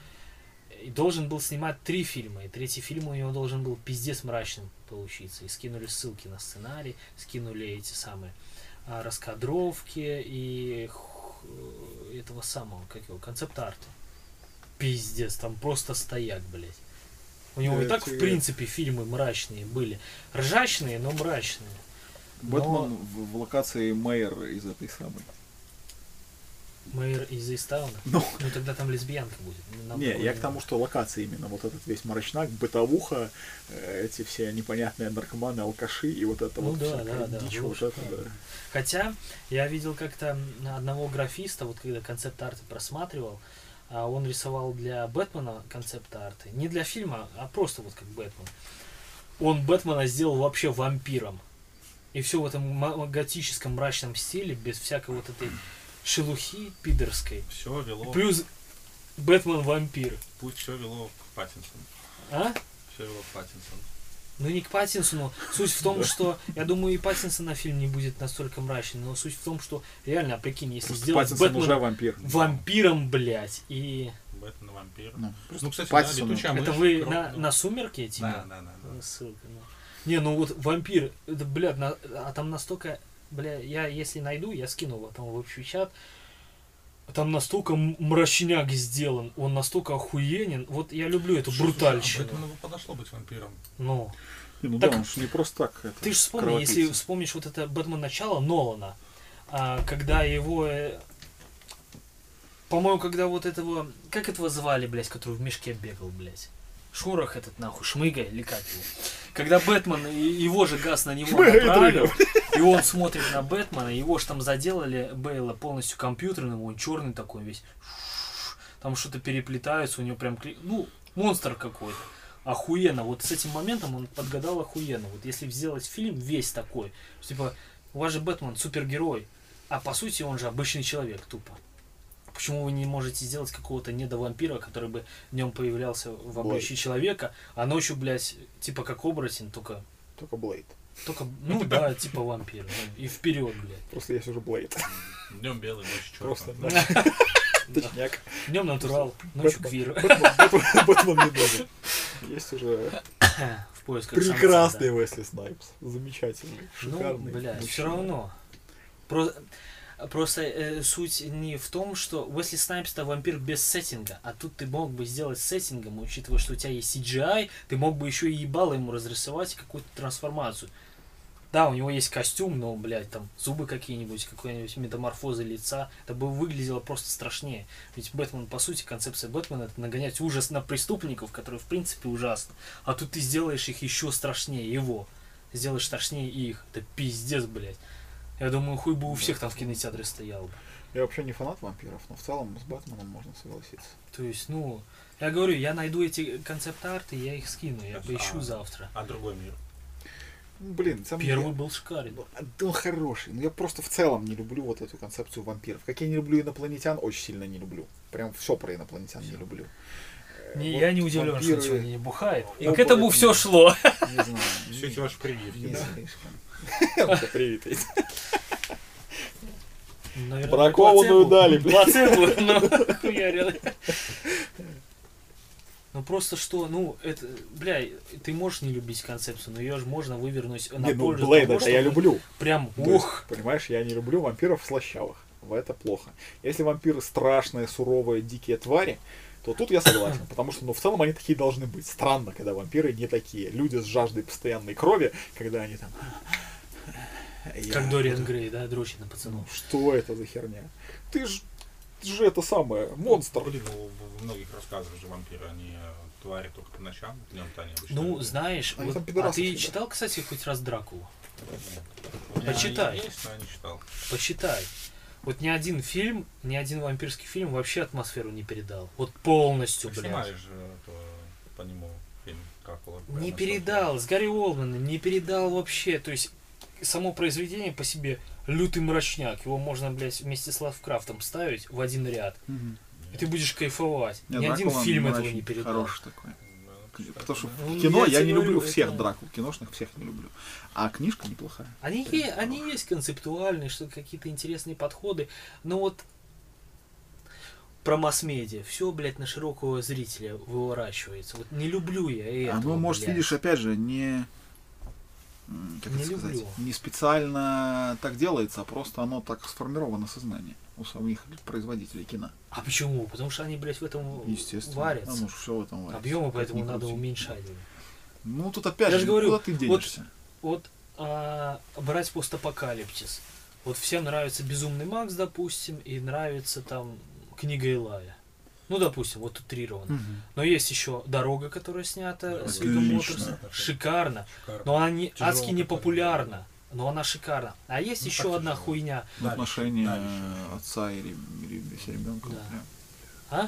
И должен был снимать три фильма, и третий фильм у него должен был пиздец мрачным получиться. И скинули ссылки на сценарий, скинули эти самые а, раскадровки и х- этого самого, как его, концепт-арты. Пиздец, там просто стояк, блядь. У него Да, и так, это в я- принципе, фильмы мрачные были. Ржачные, но мрачные. Бэтмен в, в локации Мэйр из этой самой. Мэйр из Истауна. Ну, Ну тогда там лесбиянка будет. Нам не, такое я к тому, что локации именно. Вот этот весь мрачнак, бытовуха, э, эти все непонятные наркоманы, алкаши и вот это Ну вот да, всякая да, да, дичь, было вот это, шикарно. да. Хотя я видел как-то одного графиста, вот когда концепт-арты просматривал, а он рисовал для Бэтмена концепт-арты. Не для фильма, а просто вот как Бэтмен. Он Бэтмена сделал вообще вампиром. И все в этом м- готическом мрачном стиле, без всякой вот этой шелухи пидорской. Все вело. Плюс Бэтмен-вампир. Пусть все вело к Паттинсону. А? Все вело к Паттинсону. Ну не к Паттинсону. Суть в том, что, я думаю, и Паттинсона фильм не будет настолько мрачный, но суть в том, что реально, прикинь, если Просто сделать Паттинсон Бэтмена уже вампир. вампиром, блядь, и... Бэтмен вампир. Ну, Ну, кстати, Паттинсон- да, летучая мышь, Это вы кров- на, ну, на «Сумерки» эти? Да, да, да. да. Ссылка, ну. Не, ну вот вампир, это, блядь, на- а там настолько, бля, я если найду, я скину вот там в общий чат, там настолько м- мрачняк сделан, он настолько охуенен, вот я люблю эту Слушай, брутальщину. а Бэтмену подошло быть вампиром. Ну, Не, ну Так- да, он же не просто так. Это, ты же вспомни, если кровопийца. вспомнишь вот это Бэтмен начало Нолана, а, когда его, э, по-моему, когда вот этого, как этого звали, блядь, который в мешке бегал, блядь? Шорох этот, нахуй, Шмыга или как его? Когда Бэтмен, и- его же газ на него Шмыга и направил, и он смотрит на Бэтмена, его же там заделали, Бейла, полностью компьютерным, он черный такой весь. Там что-то переплетаются, у него прям, кли- ну, монстр какой-то. Охуенно. Вот с этим моментом он подгадал охуенно. Вот если сделать фильм весь такой, что, типа, у вас же Бэтмен супергерой, а по сути он же обычный человек, тупо. Почему вы не можете сделать какого-то недовампира, который бы днем появлялся в обличии человека, а ночью, блядь, типа как оборотень, только, Только Блейд. только, ну да, типа вампир. ну, И вперед, блядь. Просто есть уже Блейд. Днем белый, ночью черный. Просто, да. Точняк. Днем натурал, ночью Бэтмен. квир. Бэтмен- Бэтмен Бэтмен не нужен. Есть уже В поисках самца, прекрасный да. Уэсли Снайпс. Замечательный. Ну, Шикарный. блядь, мужчина. все равно. Про- Просто э, суть не в том, что Уэсли Снайпс-то вампир без сеттинга, а тут ты мог бы сделать сеттингом, учитывая, что у тебя есть си джи ай, ты мог бы еще и ебало ему разрисовать и какую-то трансформацию. Да, у него есть костюм, но, блядь, там зубы какие-нибудь, какой-нибудь метаморфозы лица, это бы выглядело просто страшнее. Ведь Бэтмен, по сути, концепция Бэтмена — это нагонять ужас на преступников, которые, в принципе, ужасны. А тут ты сделаешь их еще страшнее его. Сделаешь страшнее их. Это пиздец, блядь. Я думаю, хуй бы у всех там в кинотеатре стоял бы. Я вообще не фанат вампиров, но в целом с Бэтменом можно согласиться. То есть, ну, я говорю, я найду эти концепт-арты, я их скину, я поищу А, завтра. А другой мир. Ну, блин, сам Первый я- был шикарен. Ну, да он хороший, но я просто в целом не люблю вот эту концепцию вампиров. Как я не люблю инопланетян, очень сильно не люблю. Прям все про инопланетян не люблю. Э, Не, вот я не удивлен, вампиры, что он сегодня не бухает. И оба к этому это все не- шло. Не знаю. Все не- эти ваши прививки, не да? слишком. Это привитый. Наверное, Бракованную плацебо. дали, блядь. Плацебо, ну, хуярил. Ну просто что, ну, это, бля, ты можешь не любить концепцию, но ее же можно вывернуть на Не, ну пользу Блейд того, это я чтобы люблю. Прям, То есть, ух, понимаешь, я не люблю вампиров слащавых. В это плохо. Если вампиры страшные, суровые, дикие твари, то тут я согласен. Потому что, ну, в целом они такие должны быть. Странно, когда вампиры не такие. Люди с жаждой постоянной крови, когда они там... как Я Дориан буду- Грей, да, дрочит на пацанов. Ну, что это за херня? Ты ж, ты же это самое, монстр. Блин, ну, в, в многих рассказах же вампиры, они э, твари только по ночам, днем-то они обычно. Ну, люди. знаешь, Они вот- там а пидорасы ты всегда. читал, кстати, хоть раз Дракулу? У меня почитай. Есть, но я не читал. Почитай. Вот ни один фильм, ни один вампирский фильм вообще атмосферу не передал. Вот полностью, блядь. Снимали же это, по нему фильм Дракула. Не Прямо передал, с Гарри Олдманом не передал вообще. То есть само произведение по себе лютый мрачняк. Его можно, блядь, вместе с Лавкрафтом ставить в один ряд. И ты будешь кайфовать. Не, Ни один Дракула фильм не этого очень не передал. Хороший такой. снимали. Потому что Ну, в кино я я, тебе не говорю, люблю всех это- Дракул, киношных всех не люблю. А книжка неплохая. Они, е- они есть концептуальные, что какие-то интересные подходы, но вот про масс-медиа все, блядь, на широкого зрителя выворачивается. Вот не люблю я этого. Оно, может, блядь. видишь, опять же, не... м, Как Не это сказать? люблю. Не специально так делается, а просто оно так сформировано сознание у самих производителей кино. А почему? Потому что они, блядь, в этом Естественно. варятся. Оно же все в этом варится. Объемы, Как поэтому ни надо крути. уменьшать. Ну, тут опять Я же, же говорю, куда ты денешься? Вот а, брать постапокалипсис. Вот всем нравится Безумный Макс, допустим, и нравится там Книга Илая. Ну, допустим, вот утрированно. Мгм. Но есть еще Дорога, которая снята с Отлично. Вигом Моторсом. Шикарно. Шикарно. Но она не, Тяжело, адски не которая, популярна. Но она шикарна. А есть Ну, еще так одна тяжело. хуйня. Да, Отношения да, еще. отца и, ре- ре- с ребенком. Да. прям. А?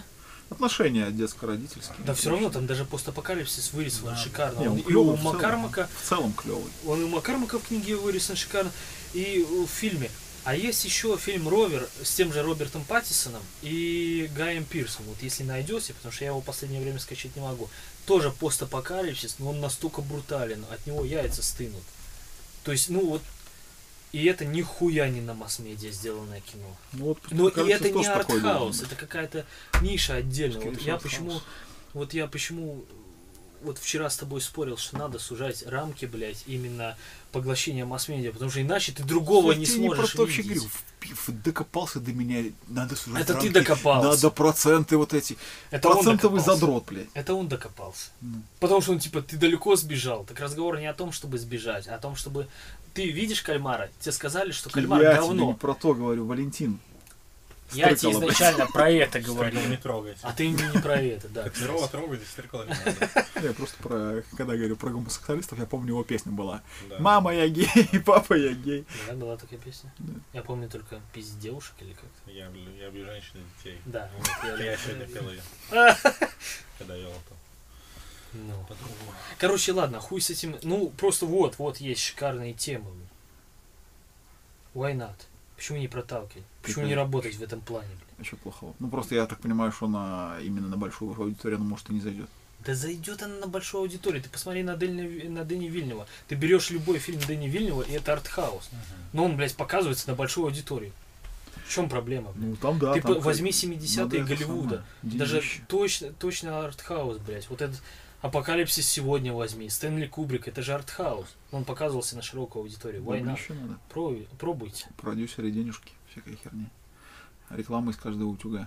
Отношения детско-родительские. Да все равно там даже постапокалипсис вырисован Да. шикарно. Не, он Он, и клёвый у в целом. Макармака, В целом клевый. он и у Макармака в книге вырисован шикарно, и в фильме. А есть еще фильм «Ровер» с тем же Робертом Паттисоном и Гаем Пирсом. Вот если найдете, потому что я его в последнее время скачать не могу. Тоже постапокалипсис, но он настолько брутален, от него яйца стынут. То есть, ну вот, и это нихуя не на масс-медиа сделанное кино. Ну, вот, Но и кажется, это не тоже такой должен артхаус, быть. это какая-то ниша отдельная. Скорее Вот всего, я артхаус. почему, вот я почему, вот вчера с тобой спорил, что надо сужать рамки, блядь, именно поглощения масс-медиа, потому что иначе ты другого Я не тебе сможешь не про то вообще видеть. говорю. В- в- Докопался до меня. Надо сужать Это ты рамки, докопался. Надо проценты вот эти. Это он Процентовый докопался. задрот, блядь. Это он докопался. Ну. Потому что он типа, ты далеко сбежал. Так разговор не о том, чтобы сбежать, а о том, чтобы... Ты видишь кальмара? Тебе сказали, что кальмар Я тебе говно. не про то говорю, Валентин. Я тебе Стрыкало, блядь. изначально про это говорю. Стрекол не трогайте. А ты не, не про это, да. Как Перова трогайте, стрекола не надо. Я просто про, когда говорю про гомосексуалистов, я помню, его песня была. Да. Мама, я гей, папа, я гей. Да, была такая песня. Да. Я помню только «Пиздец девушек» или как. Я люблю, я люблю женщин и детей. Да. вот я- Я сегодня пел ее, когда вел это. Ну. По-другому. Короче, ладно, хуй с этим. Ну, просто вот, вот есть шикарные темы. Why not? Почему не проталкивать? Почему не Прикольно. работать в этом плане, блин? А что плохого? Ну просто я так понимаю, что на именно на большую аудиторию, ну, может, и не зайдет. Да зайдет она на большую аудиторию. Ты посмотри на, Дэнни, на Дэни Вильнева. Ты берешь любой фильм Дэни Вильнева, и это артхаус. Но он, блядь, показывается на большую аудиторию. В чем проблема, блядь? Ну там да. Ты там, по- возьми кстати, семидесятые надо это Голливуда. самое, Даже деньжище. точно, точно артхаус, блядь. Вот этот Апокалипсис сегодня возьми. Стэнли Кубрик, это же артхаус. Он показывался на широкую аудиторию. Why not? Деньжище надо. Пробуй- Пробуйте. Продюсеры, денежки, всякая херня. Реклама из каждого утюга.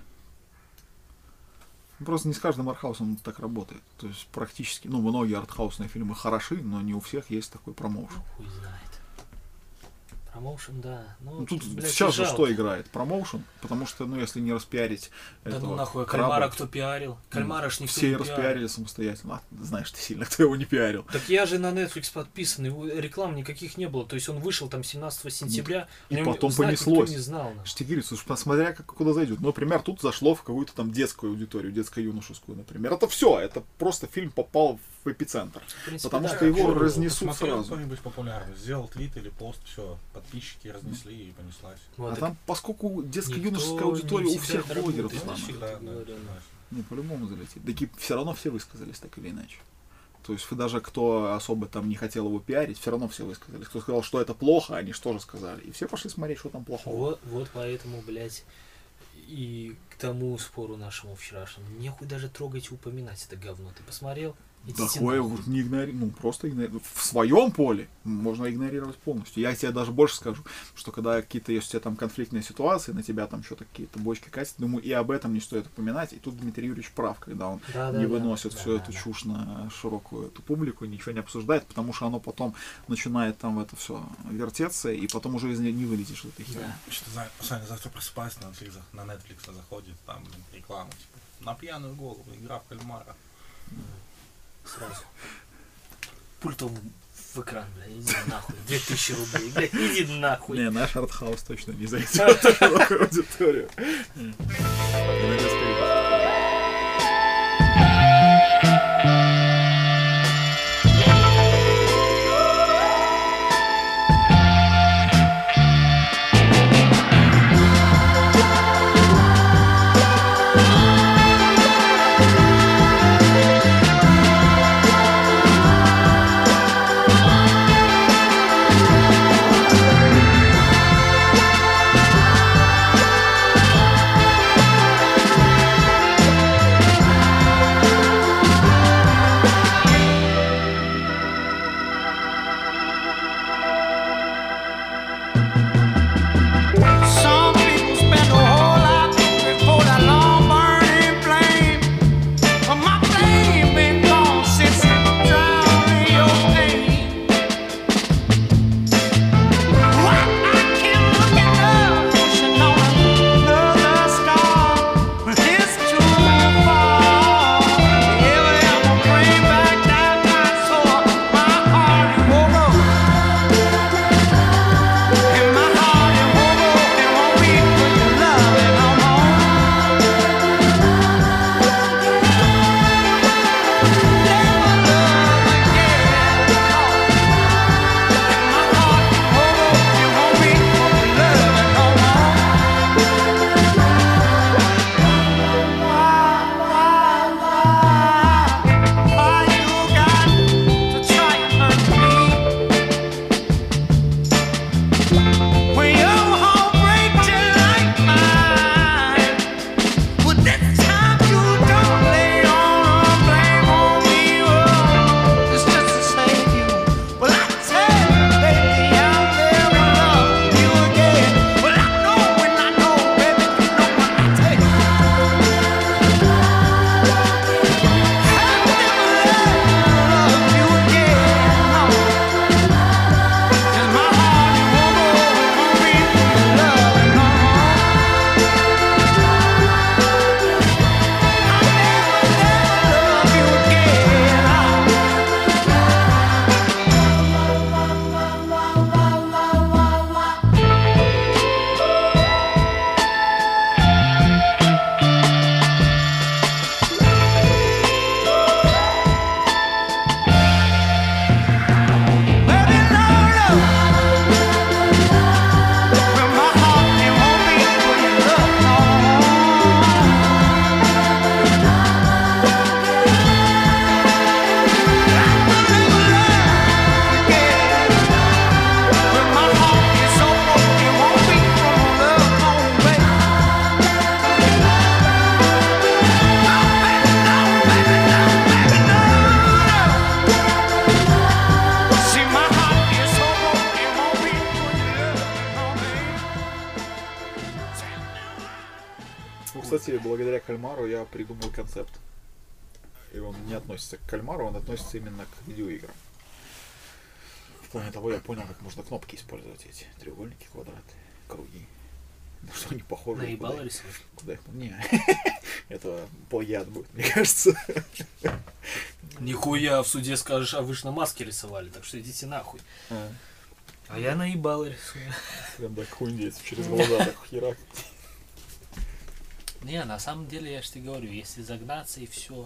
Просто не с каждым артхаусом так работает. То есть практически, ну, многие артхаусные фильмы хороши, но не у всех есть такой промоушен. Хуй знает. Промоушен, да. Ну, Ну, тут блядь, сейчас же жалко. что играет? Промоушен? Потому что, ну, если не распиарить Да этого ну нахуй, а краба, кальмара кто пиарил? ну, Кальмара ж никто все не распиарили пиарил. самостоятельно. А, знаешь ты сильно, кто его не пиарил. Так я же на Netflix подписан, его реклам никаких не было. То есть он вышел там семнадцатого сентября. И о нем потом знать понеслось. Никто не знал. нахуй. Штигирицу, уж посмотря, как куда зайдет. Ну, например, тут зашло в какую-то там детскую аудиторию, детско-юношескую, например. Это все, это просто фильм попал в эпицентр. В принципе, Потому да, что его как же разнесут Посмотрел сразу. кто-нибудь популярный, сделал твит или пост, все, подписчики разнесли и понеслась. вот, А так там, поскольку детско-юношеская никто аудитория не у всех всегда блогеров работает, там, да, Всегда, да, говорю, да. да. не по-любому залетит. Так и все равно все высказались так или иначе. То есть даже кто особо там не хотел его пиарить, все равно все высказались. Кто сказал, что это плохо, они что же сказали. И все пошли смотреть, что там плохого. Вот, вот поэтому, блядь, и к тому спору нашему вчерашнему, нехуй даже трогать и упоминать это говно. Ты посмотрел? Идите Такое нахуй. вот не игнори... ну просто игнори... в своем поле можно игнорировать полностью. Я тебе даже больше скажу, что когда какие-то есть у тебя там конфликтные ситуации, на тебя там что-то какие-то бочки катят, думаю, и об этом не стоит упоминать. И тут Дмитрий Юрьевич прав, когда он Да, да, не да. выносит Да, всю да, эту да. чушь на широкую эту публику, ничего не обсуждает, потому что оно потом начинает там в это все вертеться, и потом уже из нее не вылезешь из этой херни. Да. Что за- Саня завтра просыпаюсь, на Netflix, на Netflix заходит, там блин, реклама, типа, на пьяную голову, игра в кальмара. Сразу. Пультом в экран, бля, иди нахуй. Две тысячи рублей, бля, иди нахуй. Не, наш артхаус точно не зайдет в широкую аудиторию. Иногда скорее. Ну, кстати, благодаря кальмару я придумал концепт. И он не относится к кальмару, он относится именно к видеоиграм. В плане того, я понял, как можно кнопки использовать, эти треугольники, квадраты, круги. Ну, что они похожи. Наебало рисовать? Куда их? Не. Это плагиат будет, мне кажется. Нихуя в суде скажешь, а вы ж на маске рисовали, так что идите нахуй. А, А я наебало рисую. прям так хундеется через глаза, так херак. Не, на самом деле, я же тебе говорю, если загнаться и все.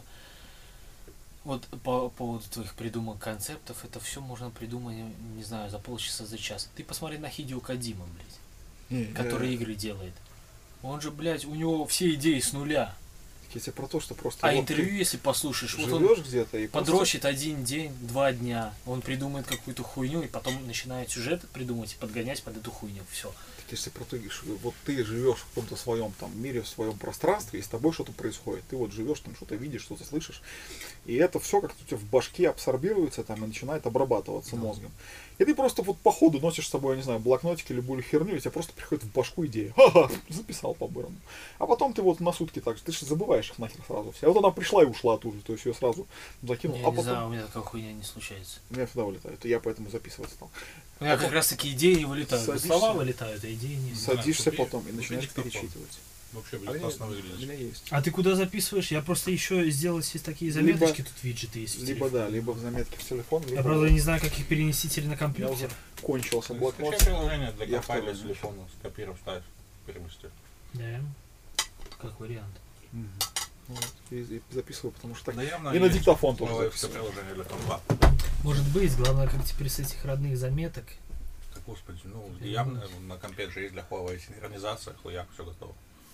Вот по поводу твоих придумок концептов, это все можно придумать, не знаю, за полчаса, за час. Ты посмотри на Хидео Кодзима, блядь, Не, который я- игры делает. Он же, блядь, у него все идеи с нуля. Я тебе про то, что просто А вот интервью, ты если послушаешь, вот он живешь где-то и просто- подрочит один день, два дня, он придумает какую-то хуйню, и потом начинает сюжет придумать и подгонять под эту хуйню. Все. Так если про то, что вот ты живешь в каком-то своем там мире, в своем пространстве, и с тобой что-то происходит. Ты вот живешь, там что-то видишь, что-то слышишь. И это все как-то у тебя в башке абсорбируется там и начинает обрабатываться Да. мозгом. И ты просто вот по ходу носишь с собой, я не знаю, блокнотик или любую херню, и тебе просто приходит в башку идея. Ха-ха, записал по-бырому. А потом ты вот на сутки так же, ты же забываешь их нахер сразу все. А вот она пришла и ушла оттуда, то есть ее сразу закинул. Я а не потом знаю, у меня такая хуйня не случается. у меня всегда вылетает, и я поэтому записывать стал. У меня как раз таки идеи вылетают. Садишься- Слова вылетают, а идеи не. Сад- Садишься купи- потом и купи начинаешь диктофон. перечитывать. Вообще А будет у меня- классно у выглядеть. меня есть. А ты куда записываешь? Я просто еще сделал себе такие заметочки, тут виджеты есть. в Либо телефоне. да, либо в заметке в телефон, либо Я правда не знаю, как их перенести теперь на я уже компьютер. кончился блокнот. Скачай приложение для Я компайля второй телефона, скопируй, вставь, перемести. Да. Как вариант. Мгм. Вот, и, и записываю, потому что так. Да явно И на есть диктофон тоже лайфское записываю. приложение для компа. Может быть, главное, как теперь с этих родных заметок. Так, господи, ну Я явно думаю. на компе же есть для Huawei синхронизация, хуяк, все готово.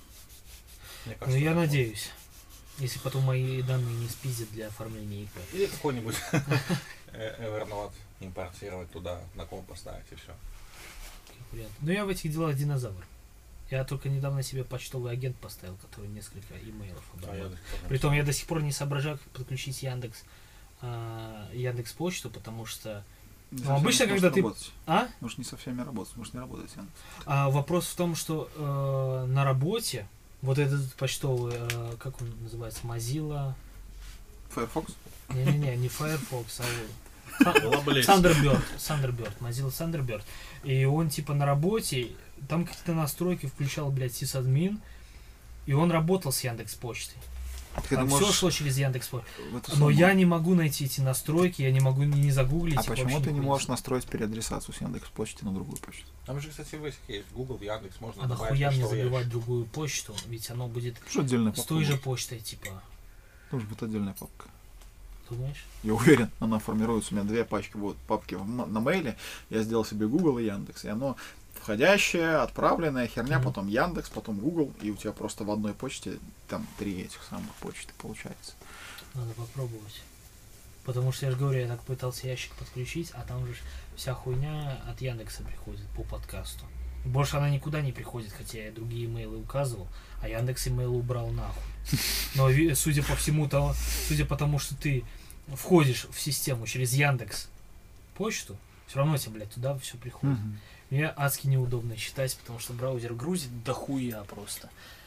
Мне Ну, кажется, я так вот. надеюсь. Если потом мои данные не спиздят для оформления ИП. Или какой-нибудь Evernote импортировать туда, на комп поставить и все. Как вариант. Но я в этих делах динозавр. Я только недавно себе почтовый агент поставил, который несколько имейлов А я обрабатывает. до сих пор не Притом я до сих пор не соображаю, как подключить Яндекс, а, Яндекс Почту, потому что Не Ну, обычно, совсем когда может ты- работать. а? Может не со всеми работать, может не работать. Яндекс. А вопрос в том, что э, на работе вот этот почтовый, э, как он называется, Mozilla, Firefox? не-не-не, не Firefox, а вот Была бы лезть. Thunderbird, Thunderbird, Mozilla Thunderbird. И он типа на работе, там какие-то настройки включал, блядь, сисадмин, и он работал с Яндекс Почтой. Ты Там можешь все шло через Яндекс Почту. в эту Но самую- я не могу найти эти настройки, я не могу ни, ни загуглить. А их почему вообще ты не нихуя. можешь настроить переадресацию с Яндекс почты на другую почту? Там же, кстати, в этих есть Google, Яндекс, можно А добавить нахуя мне почтовый забивать ящик. другую почту? Ведь оно будет Что отдельная с папка? той же будет. почтой, типа. Тоже будет отдельная папка. Думаешь? Я уверен, она формируется. У меня две пачки будут папки в м- на мейле. Я сделал себе Google и Яндекс. И оно входящее, отправленная херня, Мгм. потом Яндекс, потом Google. И у тебя просто в одной почте там три этих самых почты получается. Надо попробовать. Потому что я же говорю, я так пытался ящик подключить, а там же ж вся хуйня от Яндекса приходит по подкасту. Больше она никуда не приходит, хотя я другие имейлы указывал, а Яндекс имейл убрал нахуй. Но ви- судя по всему, то, судя по тому, что ты входишь в систему через Яндекс почту, все равно тебе, блядь, туда все приходит. Мне адски неудобно читать, потому что браузер грузит дохуя просто.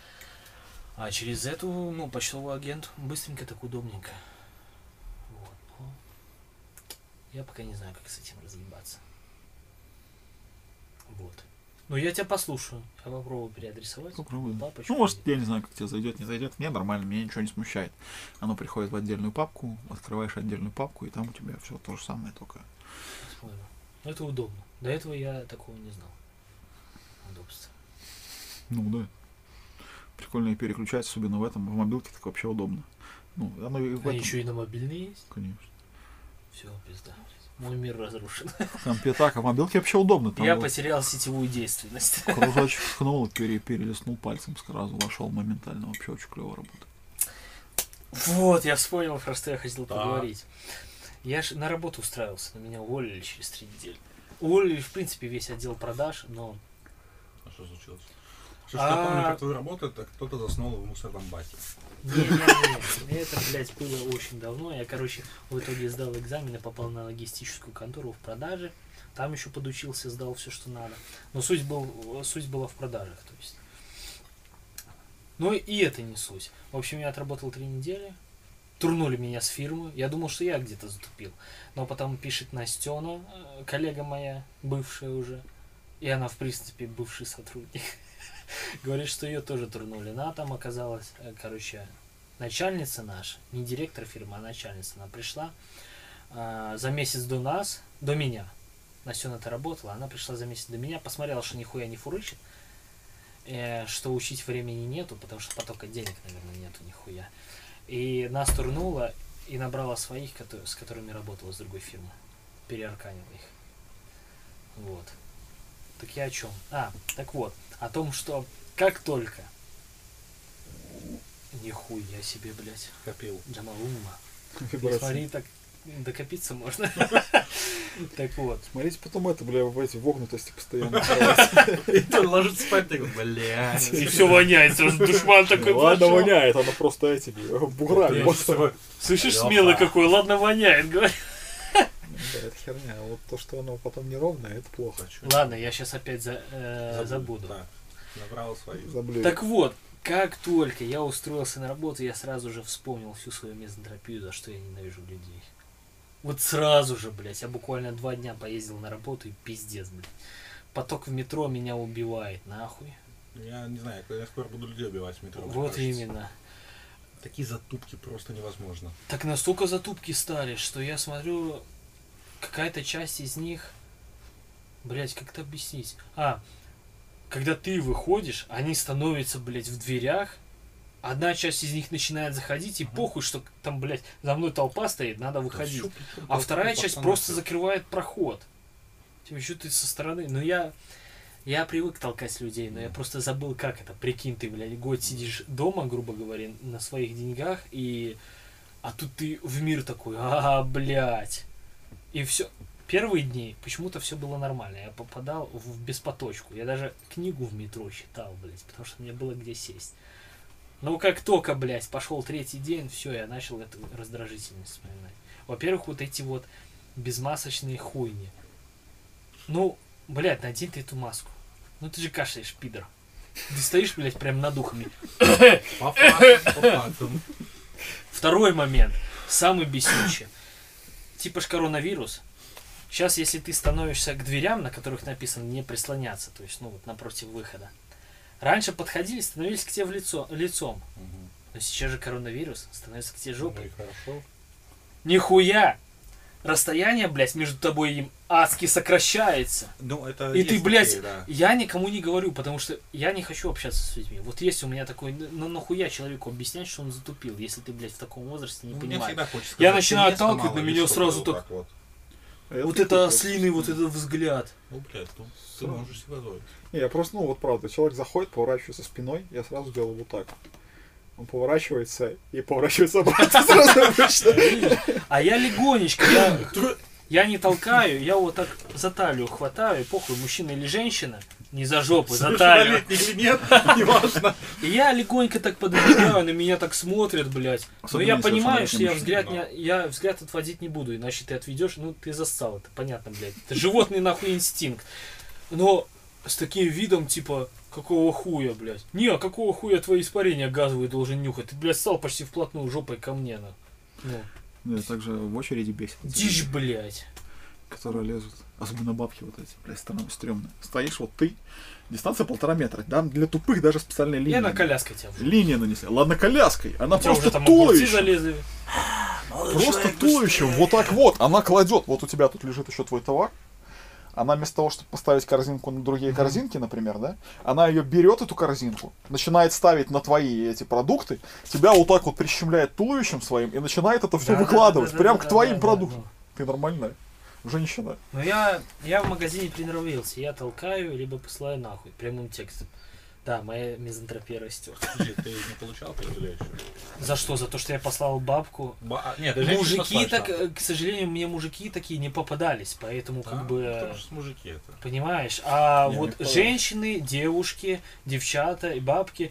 А через эту, ну, почтовый агент быстренько, так удобненько. Вот. Но я пока не знаю, как с этим разъебаться. Вот. Ну, я тебя послушаю. Я попробую переадресовать. Попробуем. папочку. Ну, может, я не знаю, как тебе зайдет, не зайдет. Мне нормально, меня ничего не смущает. Оно приходит в отдельную папку, открываешь отдельную папку, и там у тебя все то же самое, только Посмотрим. Ну, это удобно. До этого я такого не знал. Удобство. ну да. Прикольно и переключать, особенно в этом. В мобилке так вообще удобно. Ну, оно и в А этом, еще и на мобильный есть? конечно. Все, пизда. Мой мир разрушен. Там пятак, а в мобилке вообще удобно. Там Я вот потерял сетевую действенность. кружочек ткнул, пере, перелистнул пальцем, сразу вошел моментально. Вообще очень клево работает. Вот, я вспомнил, про что я хотел Да. поговорить. Я же на работу устраивался, но меня уволили через три недели. Уволили, в принципе, весь отдел продаж, но... А что случилось? Что ж, А- я помню, как твою работу, это кто-то заснул в мусорном баке. Не-не-не, это, блядь, было очень давно. Я, короче, в итоге сдал экзамены, попал на логистическую контору в продаже. Там еще подучился, сдал все, что надо. Но суть, был, суть была в продажах, то есть. Но и это не суть. В общем, я отработал три недели. Турнули меня с фирмы. Я думал, что я где-то затупил. Но потом пишет Настена, коллега моя, бывшая уже. И она, в принципе, бывший сотрудник. Говорит, что ее тоже турнули. Она там оказалась, короче, начальница наша. Не директор фирмы, а начальница. Она пришла э, за месяц до нас, до меня. Настена-то работала. Она пришла за месяц до меня. Посмотрела, что нихуя не фурычит. Э, что учить времени нету, потому что потока денег, наверное, нету нихуя. И нас турнула и набрала своих, с которыми работала с другой фирмы. Переарканила их. Вот. Так я о чем? А, так вот. О том, что как только... Нихуя себе, блядь. Копил. Джамалума. Смотри, так докопиться можно. Так вот. Смотрите, потом это, бля, в эти вогнутости постоянно. И он ложится спать, такой, бля. И все воняет, сразу душман такой. Ладно, воняет, она просто этими буграми. Слышишь, смелый какой, ладно, воняет, говорит. Да, это херня. А вот то, что оно потом неровное, это плохо. Ладно, я сейчас опять за, э, забуду. Да. Набрал свои. Заблюю. Так вот, как только я устроился на работу, я сразу же вспомнил всю свою мизантропию, за что я ненавижу людей. Вот сразу же, блядь, я буквально два дня поездил на работу и пиздец, блядь. Поток в метро меня убивает, нахуй. Я не знаю, я скоро буду людей убивать в метро. Вот именно. Такие затупки просто невозможно. Так настолько затупки стали, что я смотрю, какая-то часть из них, блядь, как это объяснить? А, когда ты выходишь, они становятся, блядь, в дверях, одна часть из них начинает заходить, и похуй, что там, блядь, за мной толпа стоит, надо выходить. А вторая часть просто закрывает проход. Типа, что ты со стороны? Ну, я... Я привык толкать людей, но я просто забыл, как это. Прикинь, ты, блядь, год сидишь дома, грубо говоря, на своих деньгах, и... А тут ты в мир такой, а, блядь. И все. Первые дни почему-то все было нормально. Я попадал в беспоточку. Я даже книгу в метро читал, блядь, потому что мне было где сесть. Но как только, блядь, пошел третий день, все, я начал эту раздражительность вспоминать. Во-первых, вот эти вот безмасочные хуйни. Ну, блядь, надень ты эту маску. Ну ты же кашляешь, пидор. Ты стоишь, блядь, прям над ухами. По фактам, по фактам. Второй момент. Самый бесючий. Типа ж коронавирус. Сейчас, если ты становишься к дверям, на которых написано не прислоняться, то есть, ну вот напротив выхода. Раньше подходили, становились к тебе в лицо, лицом. Угу. Но сейчас же коронавирус становится к тебе жопой. Ну и хорошо. Нихуя! Расстояние, блядь, между тобой и им адски сокращается. Ну, это И ты, блядь, такие, да. я никому не говорю, потому что я не хочу общаться с людьми. Вот есть у меня такой, ну нахуя человеку объяснять, что он затупил, если ты, блядь, в таком возрасте не Ну, мне понимаешь. всегда хочется Я сказать, начинаю «Ты отталкивать, мало на ли меня что сразу было так- вот. Вот это ослиный, вот этот взгляд. Ну, блядь, ну, ты Сразу. можешь себе позволить. Не, я просто, ну вот правда, человек заходит, поворачивается спиной, я сразу делаю вот так. Он поворачивается и поворачивается обратно сразу обычно. А я легонечко, я, я не толкаю, я вот так за талию хватаю, и похуй, мужчина или женщина, не за жопу, за талию. Совершеннолетний или нет, неважно. И я легонько так подвигаю, на меня так смотрят, блядь. Но Особенно я если понимаю, что я совершеннолетний взгляд, не, я взгляд отводить не буду, иначе ты отведешь, ну ты зассал, это понятно, блядь. Это животный нахуй инстинкт. Но с таким видом, типа, какого хуя, блядь. Не, а какого хуя твои испарения газовые должен нюхать? Ты, блядь, стал почти вплотную жопой ко мне, на. Ну, Да, также в очереди бесит. дичь, блядь. Которые лезут. Особенно бабки вот эти, блядь, стороны стрёмные. Стоишь вот ты, дистанция полтора метра. Там для тупых даже специальная линия. Я на коляской тебя уже. Линия нанесли. Ладно, коляской. Она У тебя уже просто там огурцы туловище. залезли. Просто туловище. Вот так вот. Она кладет. Вот у тебя тут лежит еще твой товар. Она вместо того, чтобы поставить корзинку на другие mm-hmm. корзинки, например, да, она ее берет, эту корзинку, начинает ставить на твои эти продукты, тебя вот так вот прищемляет туловищем своим и начинает это все Да, выкладывать да, да, прям да, к да, твоим да, продуктам. да. Ты нормальная женщина. Ну я, я в магазине приноровился, я толкаю, либо посылаю нахуй, прямым текстом. Да, моя мизантропия растет. Подожди, ты не получал пиздюля еще? За что? За то, что я послал бабку? Ба- а, Нет, ты женщин Мужики послать так, надо. э, к сожалению, мне мужики такие не попадались, поэтому Да, как бы, потому что мужики это. понимаешь? А Не, вот не попадались. женщины, девушки, девчата и бабки,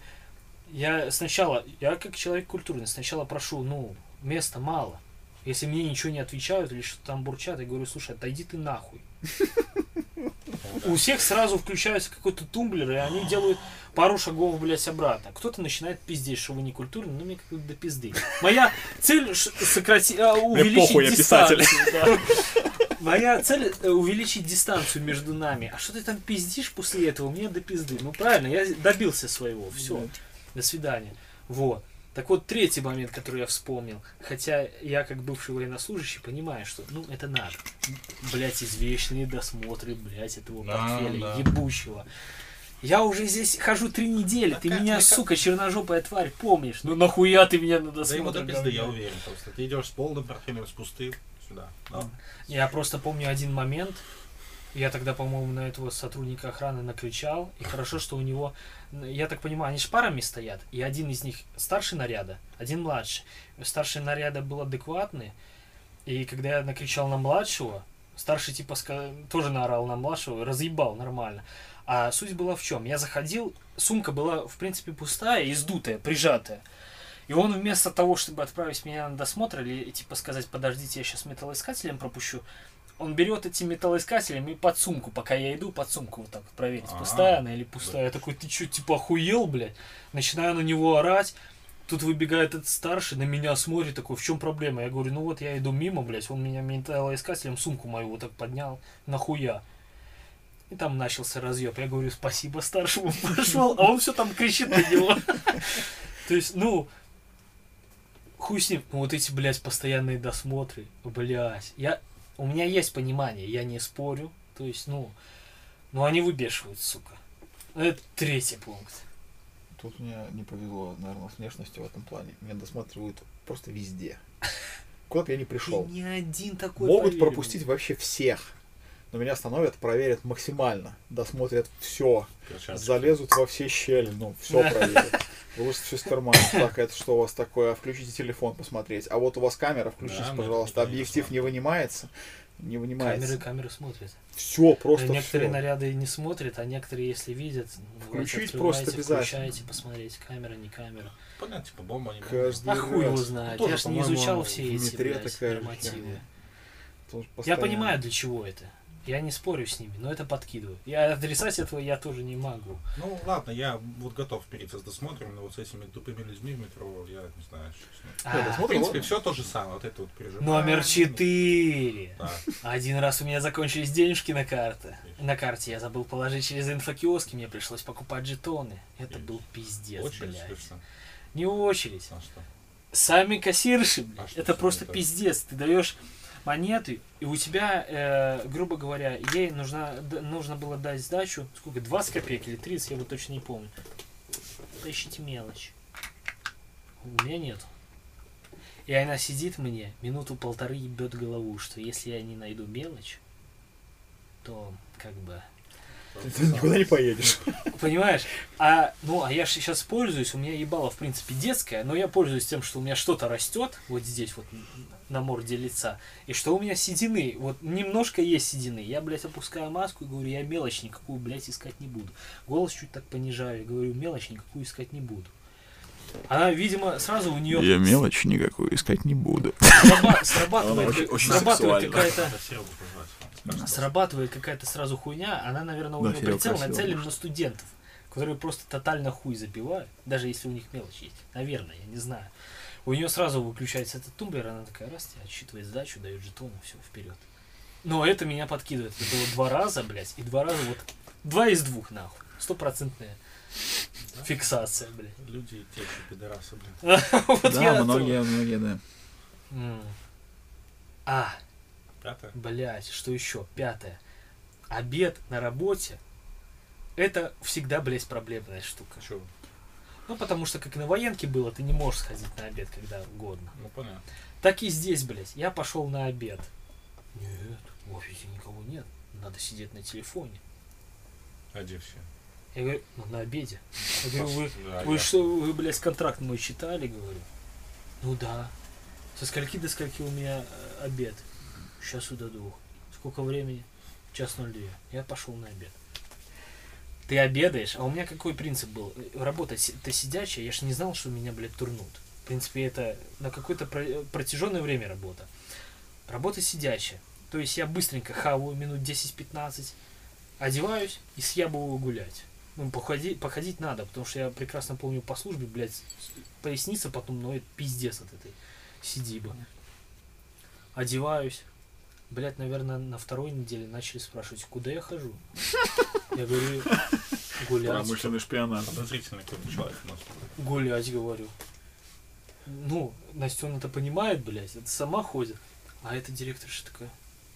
я сначала, я как человек культурный, сначала прошу, ну, места мало. Если мне ничего не отвечают или что там бурчат, я говорю, слушай, отойди ты нахуй. У всех сразу включается какой-то тумблер, и они делают пару шагов, блядь, обратно. Кто-то начинает пиздеть, что вы не культурны, но мне как-то до пизды. Моя цель сократить, увеличить похуй, я дистанцию. писатель. Да. Моя цель э, увеличить дистанцию между нами. А что ты там пиздишь после этого? Мне до пизды. Ну правильно, я добился своего. Все. До свидания. Вот. Так вот, третий момент, который я вспомнил. Хотя я, как бывший военнослужащий, понимаю, что, ну, это надо. Блять, извечные досмотры, блять, этого Да, портфеля да. ебучего. Я уже здесь хожу три недели. А ты как- меня, ну как- сука, черножопая тварь, помнишь? Ну нахуя ты меня на Да ему досмотр до пизды, я говняешь? уверен. Просто ты идешь с полным портфелем, с пустым, сюда. Да. Я просто помню один момент. Я тогда, по-моему, на этого сотрудника охраны накричал. И хорошо, что у него, я так понимаю, они ж парами стоят. И один из них старший наряда, один младший. Старший наряда был адекватный. И когда я накричал на младшего, старший типа ска- тоже наорал на младшего, разъебал нормально. А суть была в чем? Я заходил, сумка была, в принципе, пустая и сдутая, прижатая. И он вместо того, чтобы отправить меня на досмотр или типа сказать, подождите, я сейчас металлоискателем пропущу, он берет эти металлоискателем и под сумку, пока я иду, под сумку вот так вот проверить, А, пустая она или пустая. Я такой, ты что, типа охуел, блядь? Начинаю на него орать. Тут выбегает этот старший, на меня смотрит, такой, в чем проблема? Я говорю, ну вот я иду мимо, блядь, он меня металлоискателем сумку мою вот так поднял, нахуя? И там начался разъеб. Я говорю, спасибо старшему, пошел, а он все там кричит на него. То есть, ну, хуй с ним. Ну, вот эти, блядь, постоянные досмотры, блядь. Я, у меня есть понимание, я не спорю. То есть, ну, ну они выбешивают, сука. Это третий пункт. Тут мне не повезло, наверное, с внешностью в этом плане. Меня досматривают просто везде. Куда бы я ни пришел. Ты не один такой. Могут поверь пропустить мне. вообще всех. Но меня остановят, проверят максимально. Досмотрят все. Перчатки. Залезут во все щели. Ну, все проверят. Выложат все из кармана. Так, это что у вас такое? Включите телефон посмотреть. А вот у вас камера, включите, Да, мы пожалуйста. это не Объектив не вынимается. Не вынимается. Камеры, камеры смотрят. Все, просто Некоторые все. наряды не смотрят, а некоторые, если видят, Включить открываете, просто обязательно. Включаете, посмотреть, камера, не камера. Понятно, типа бомба не Каждый А хуй его раз. знает. Тоже, Я ж не по-моему, изучал в все эти, метре блядь, такая же нормативы. херня. Тоже Я постоянно. понимаю, для чего это. Я не спорю с ними, но это подкидываю. Я отрицать этого я тоже не могу. Ну ладно, я вот готов перейти с досмотром, но вот с этими тупыми людьми в метро, я не знаю, что с ними. А, досмотр- В принципе, ладно. все то же самое, вот это вот прижимание. Номер четыре. Да. Один раз у меня закончились денежки на карте. На карте я забыл положить через инфокиоски, мне пришлось покупать жетоны. Это был пиздец, Очередь, блядь. слышно. Не очередь. А что? Сами кассирши, блядь. А что Это с просто ними так? пиздец. Ты даешь монеты, и у тебя, э, грубо говоря, ей нужна, д- нужно было дать сдачу, сколько, двадцать копеек или тридцать, я вот точно не помню. Поищите мелочь. У меня нет. И она сидит мне, минуту-полторы ебет голову, что если я не найду мелочь, то как бы... Ты никуда не поедешь. Понимаешь? А, ну, а я же сейчас пользуюсь, у меня ебало, в принципе, детское, но я пользуюсь тем, что у меня что-то растет, вот здесь вот, на морде лица, и что у меня седины, вот немножко есть седины. Я, блядь, опускаю маску и говорю, я мелочь никакую, блядь, искать не буду. Голос чуть так понижаю, и говорю, мелочь никакую искать не буду. Она, видимо, сразу у нее мелочь никакую искать не буду. срабатывает, Она очень- как- очень срабатывает сексуальна. какая-то... Надо Серегу позвать. Срабатывает какая-то сразу хуйня, она, наверное, у Да, нее Серега прицел красиво нацелен вышел. на студентов, которые просто тотально хуй забивают, даже если у них мелочь есть. Наверное, я не знаю. У нее сразу выключается этот тумблер, она такая, раз, тебя отсчитывает сдачу, дает жетоны, все, вперед. Но это меня подкидывает. Это было два раза, блядь, и два раза вот, два из двух, нахуй. Стопроцентная фиксация, блядь. Люди и те, что пидорасы, блин. Вот я Да, тоже. многие, многие, да. М. А, Пятое? блядь, что еще? Пятое. Обед на работе. Это всегда, блядь, проблемная штука. Чё? Ну, потому что, как и на военке было, ты не можешь сходить на обед, когда угодно. Ну понятно. Так и здесь, блядь. Я пошел на обед. Нет, в офисе никого нет. Надо сидеть на телефоне. А где все? Я говорю, ну, на обеде. Я говорю, вы, Да, вы я- что, вы, блядь, контракт мой читали, говорю? Ну да. Со скольки до скольки у меня э, обед? Сейчас до двух. Сколько времени? Час ноль две. Я пошел на обед. Ты обедаешь, а у меня какой принцип был? Работа си- ты сидячая, я ж не знал, что меня, блядь, турнут. В принципе, это на какое-то про- протяженное время работа. Работа сидячая. То есть я быстренько хаваю минут десять-пятнадцать, одеваюсь и с Ябового гулять. Ну, походи, походить надо, потому что я прекрасно помню по службе, блядь, поясница потом ноет пиздец от этой сидибы. Одеваюсь. Блядь, наверное, на второй неделе начали спрашивать, куда я хожу. Я говорю, гулять. Промышленный шпионаж. Подозрительный какой-то человек у нас. Гулять, говорю. Ну, Настена это понимает, блядь, это сама ходит. А эта директорша такая.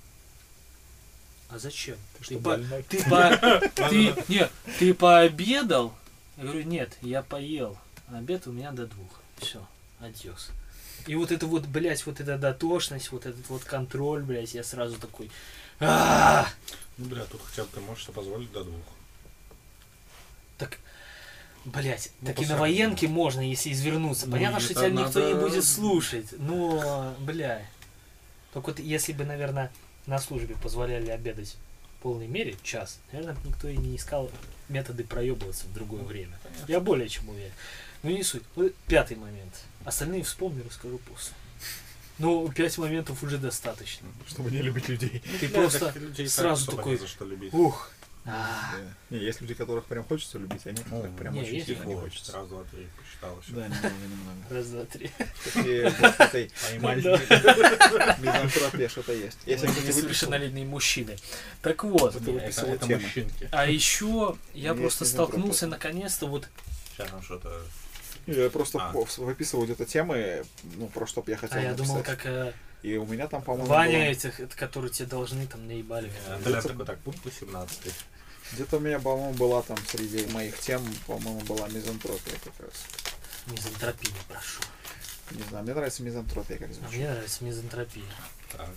А зачем? Ты Ты, что, по... больной? ты, по... ты... Нет, ты пообедал? Я говорю, нет, я поел. Обед у меня до двух. Все, адьос. И вот это вот, блядь, вот эта дотошность, вот этот вот контроль, блядь, я сразу такой. А-а-а! Ну, бля, тут хотя бы ты можешь себе позволить до двух. Так, блядь, Ну, так и на посмотрим. военке можно, если извернуться. Ну, Понятно, что это тебя никто не надо- будет слушать. Но, бля. Только вот если бы, наверное, на службе позволяли обедать в полной мере, час, наверное, никто и не искал методы проебываться в другое время. Конечно. Я более чем уверен. Ну не суть. Вот пятый момент. Остальные вспомню, расскажу после. Ну, пять моментов уже достаточно. Чтобы не любить людей. Ты Да, просто так людей так сразу особо такой, не за что любить. ух. А, Да. Не, есть люди, которых прям хочется любить, а некоторых Ну, прям не, очень есть сильно не Вот, хочется. раз, два, три, посчитал еще. Да, немного, немного. раз, два, три. Такие вот в этой Поймали. мизантропии что-то есть. Если, кстати, выписал, Несовершеннолетние мужчины. Так вот. это Не, это, выписал это тему. мужчинки. А еще я Есть просто мизантропы. столкнулся наконец-то вот. Сейчас там что-то... Я просто А. в- выписывал где-то темы, ну, про что бы я хотел А я думал, написать. как э, И у меня там, по-моему, Ваня было- этих, это, которые тебе должны там наебали. Андрей такой, так, пункт восемнадцатый. где-то у меня, по-моему, была там среди моих тем, по-моему, была мизантропия как раз. Мизантропия, прошу. Не знаю, мне нравится мизантропия как А звучит. мне нравится мизантропия. Так.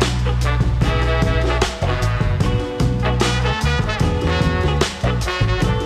Thank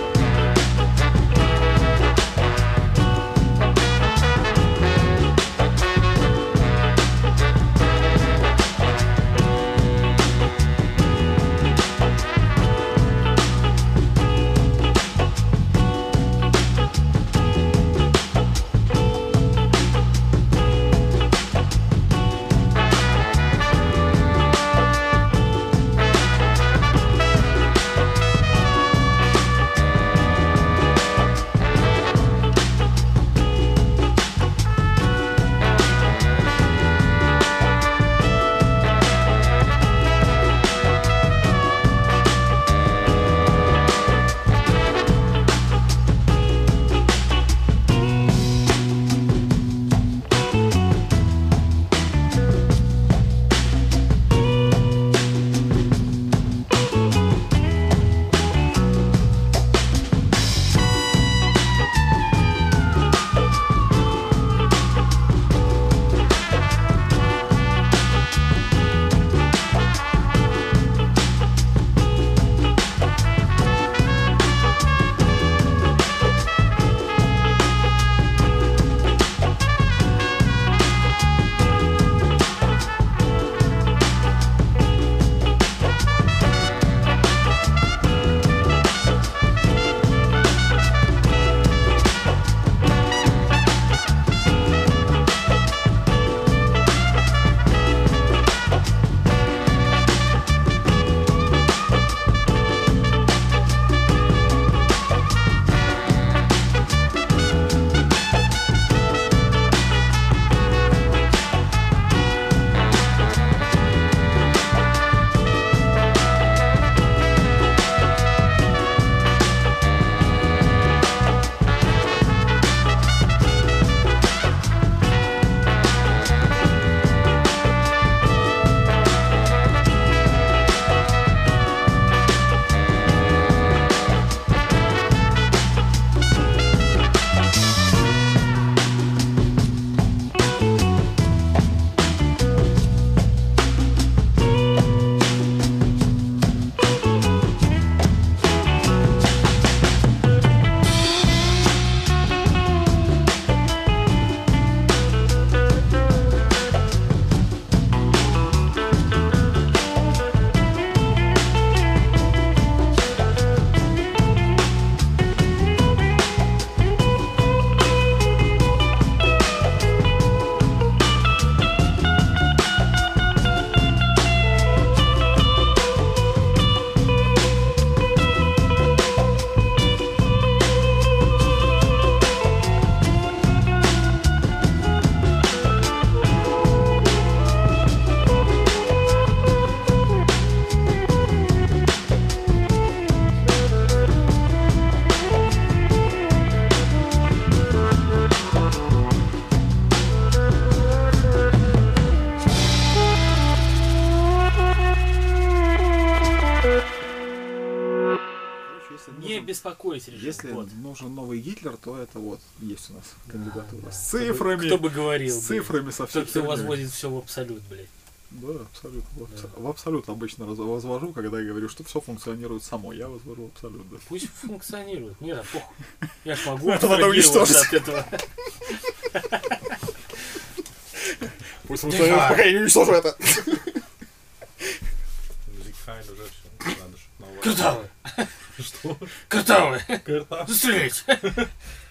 успокойся, режим. Если Вот. нужен новый Гитлер, то это вот есть у нас кандидатура. Да, С да. цифрами. Кто бы говорил, С цифрами со всей Тот, кто херней. возводит все в абсолют, блядь. Да, абсолютно. В, абс- Да. в абсолют обычно раз- возвожу, когда я говорю, что все функционирует само. Я возвожу в абсолют, да. Пусть функционирует. Мне да похуй. Я ж могу Это надо абстрагироваться уничтожить. от этого. Пусть функционирует, пока я не уничтожу это. Зигхайн уже все. Надо же. Картавы! Что? Картавы! Карта. Застрелить!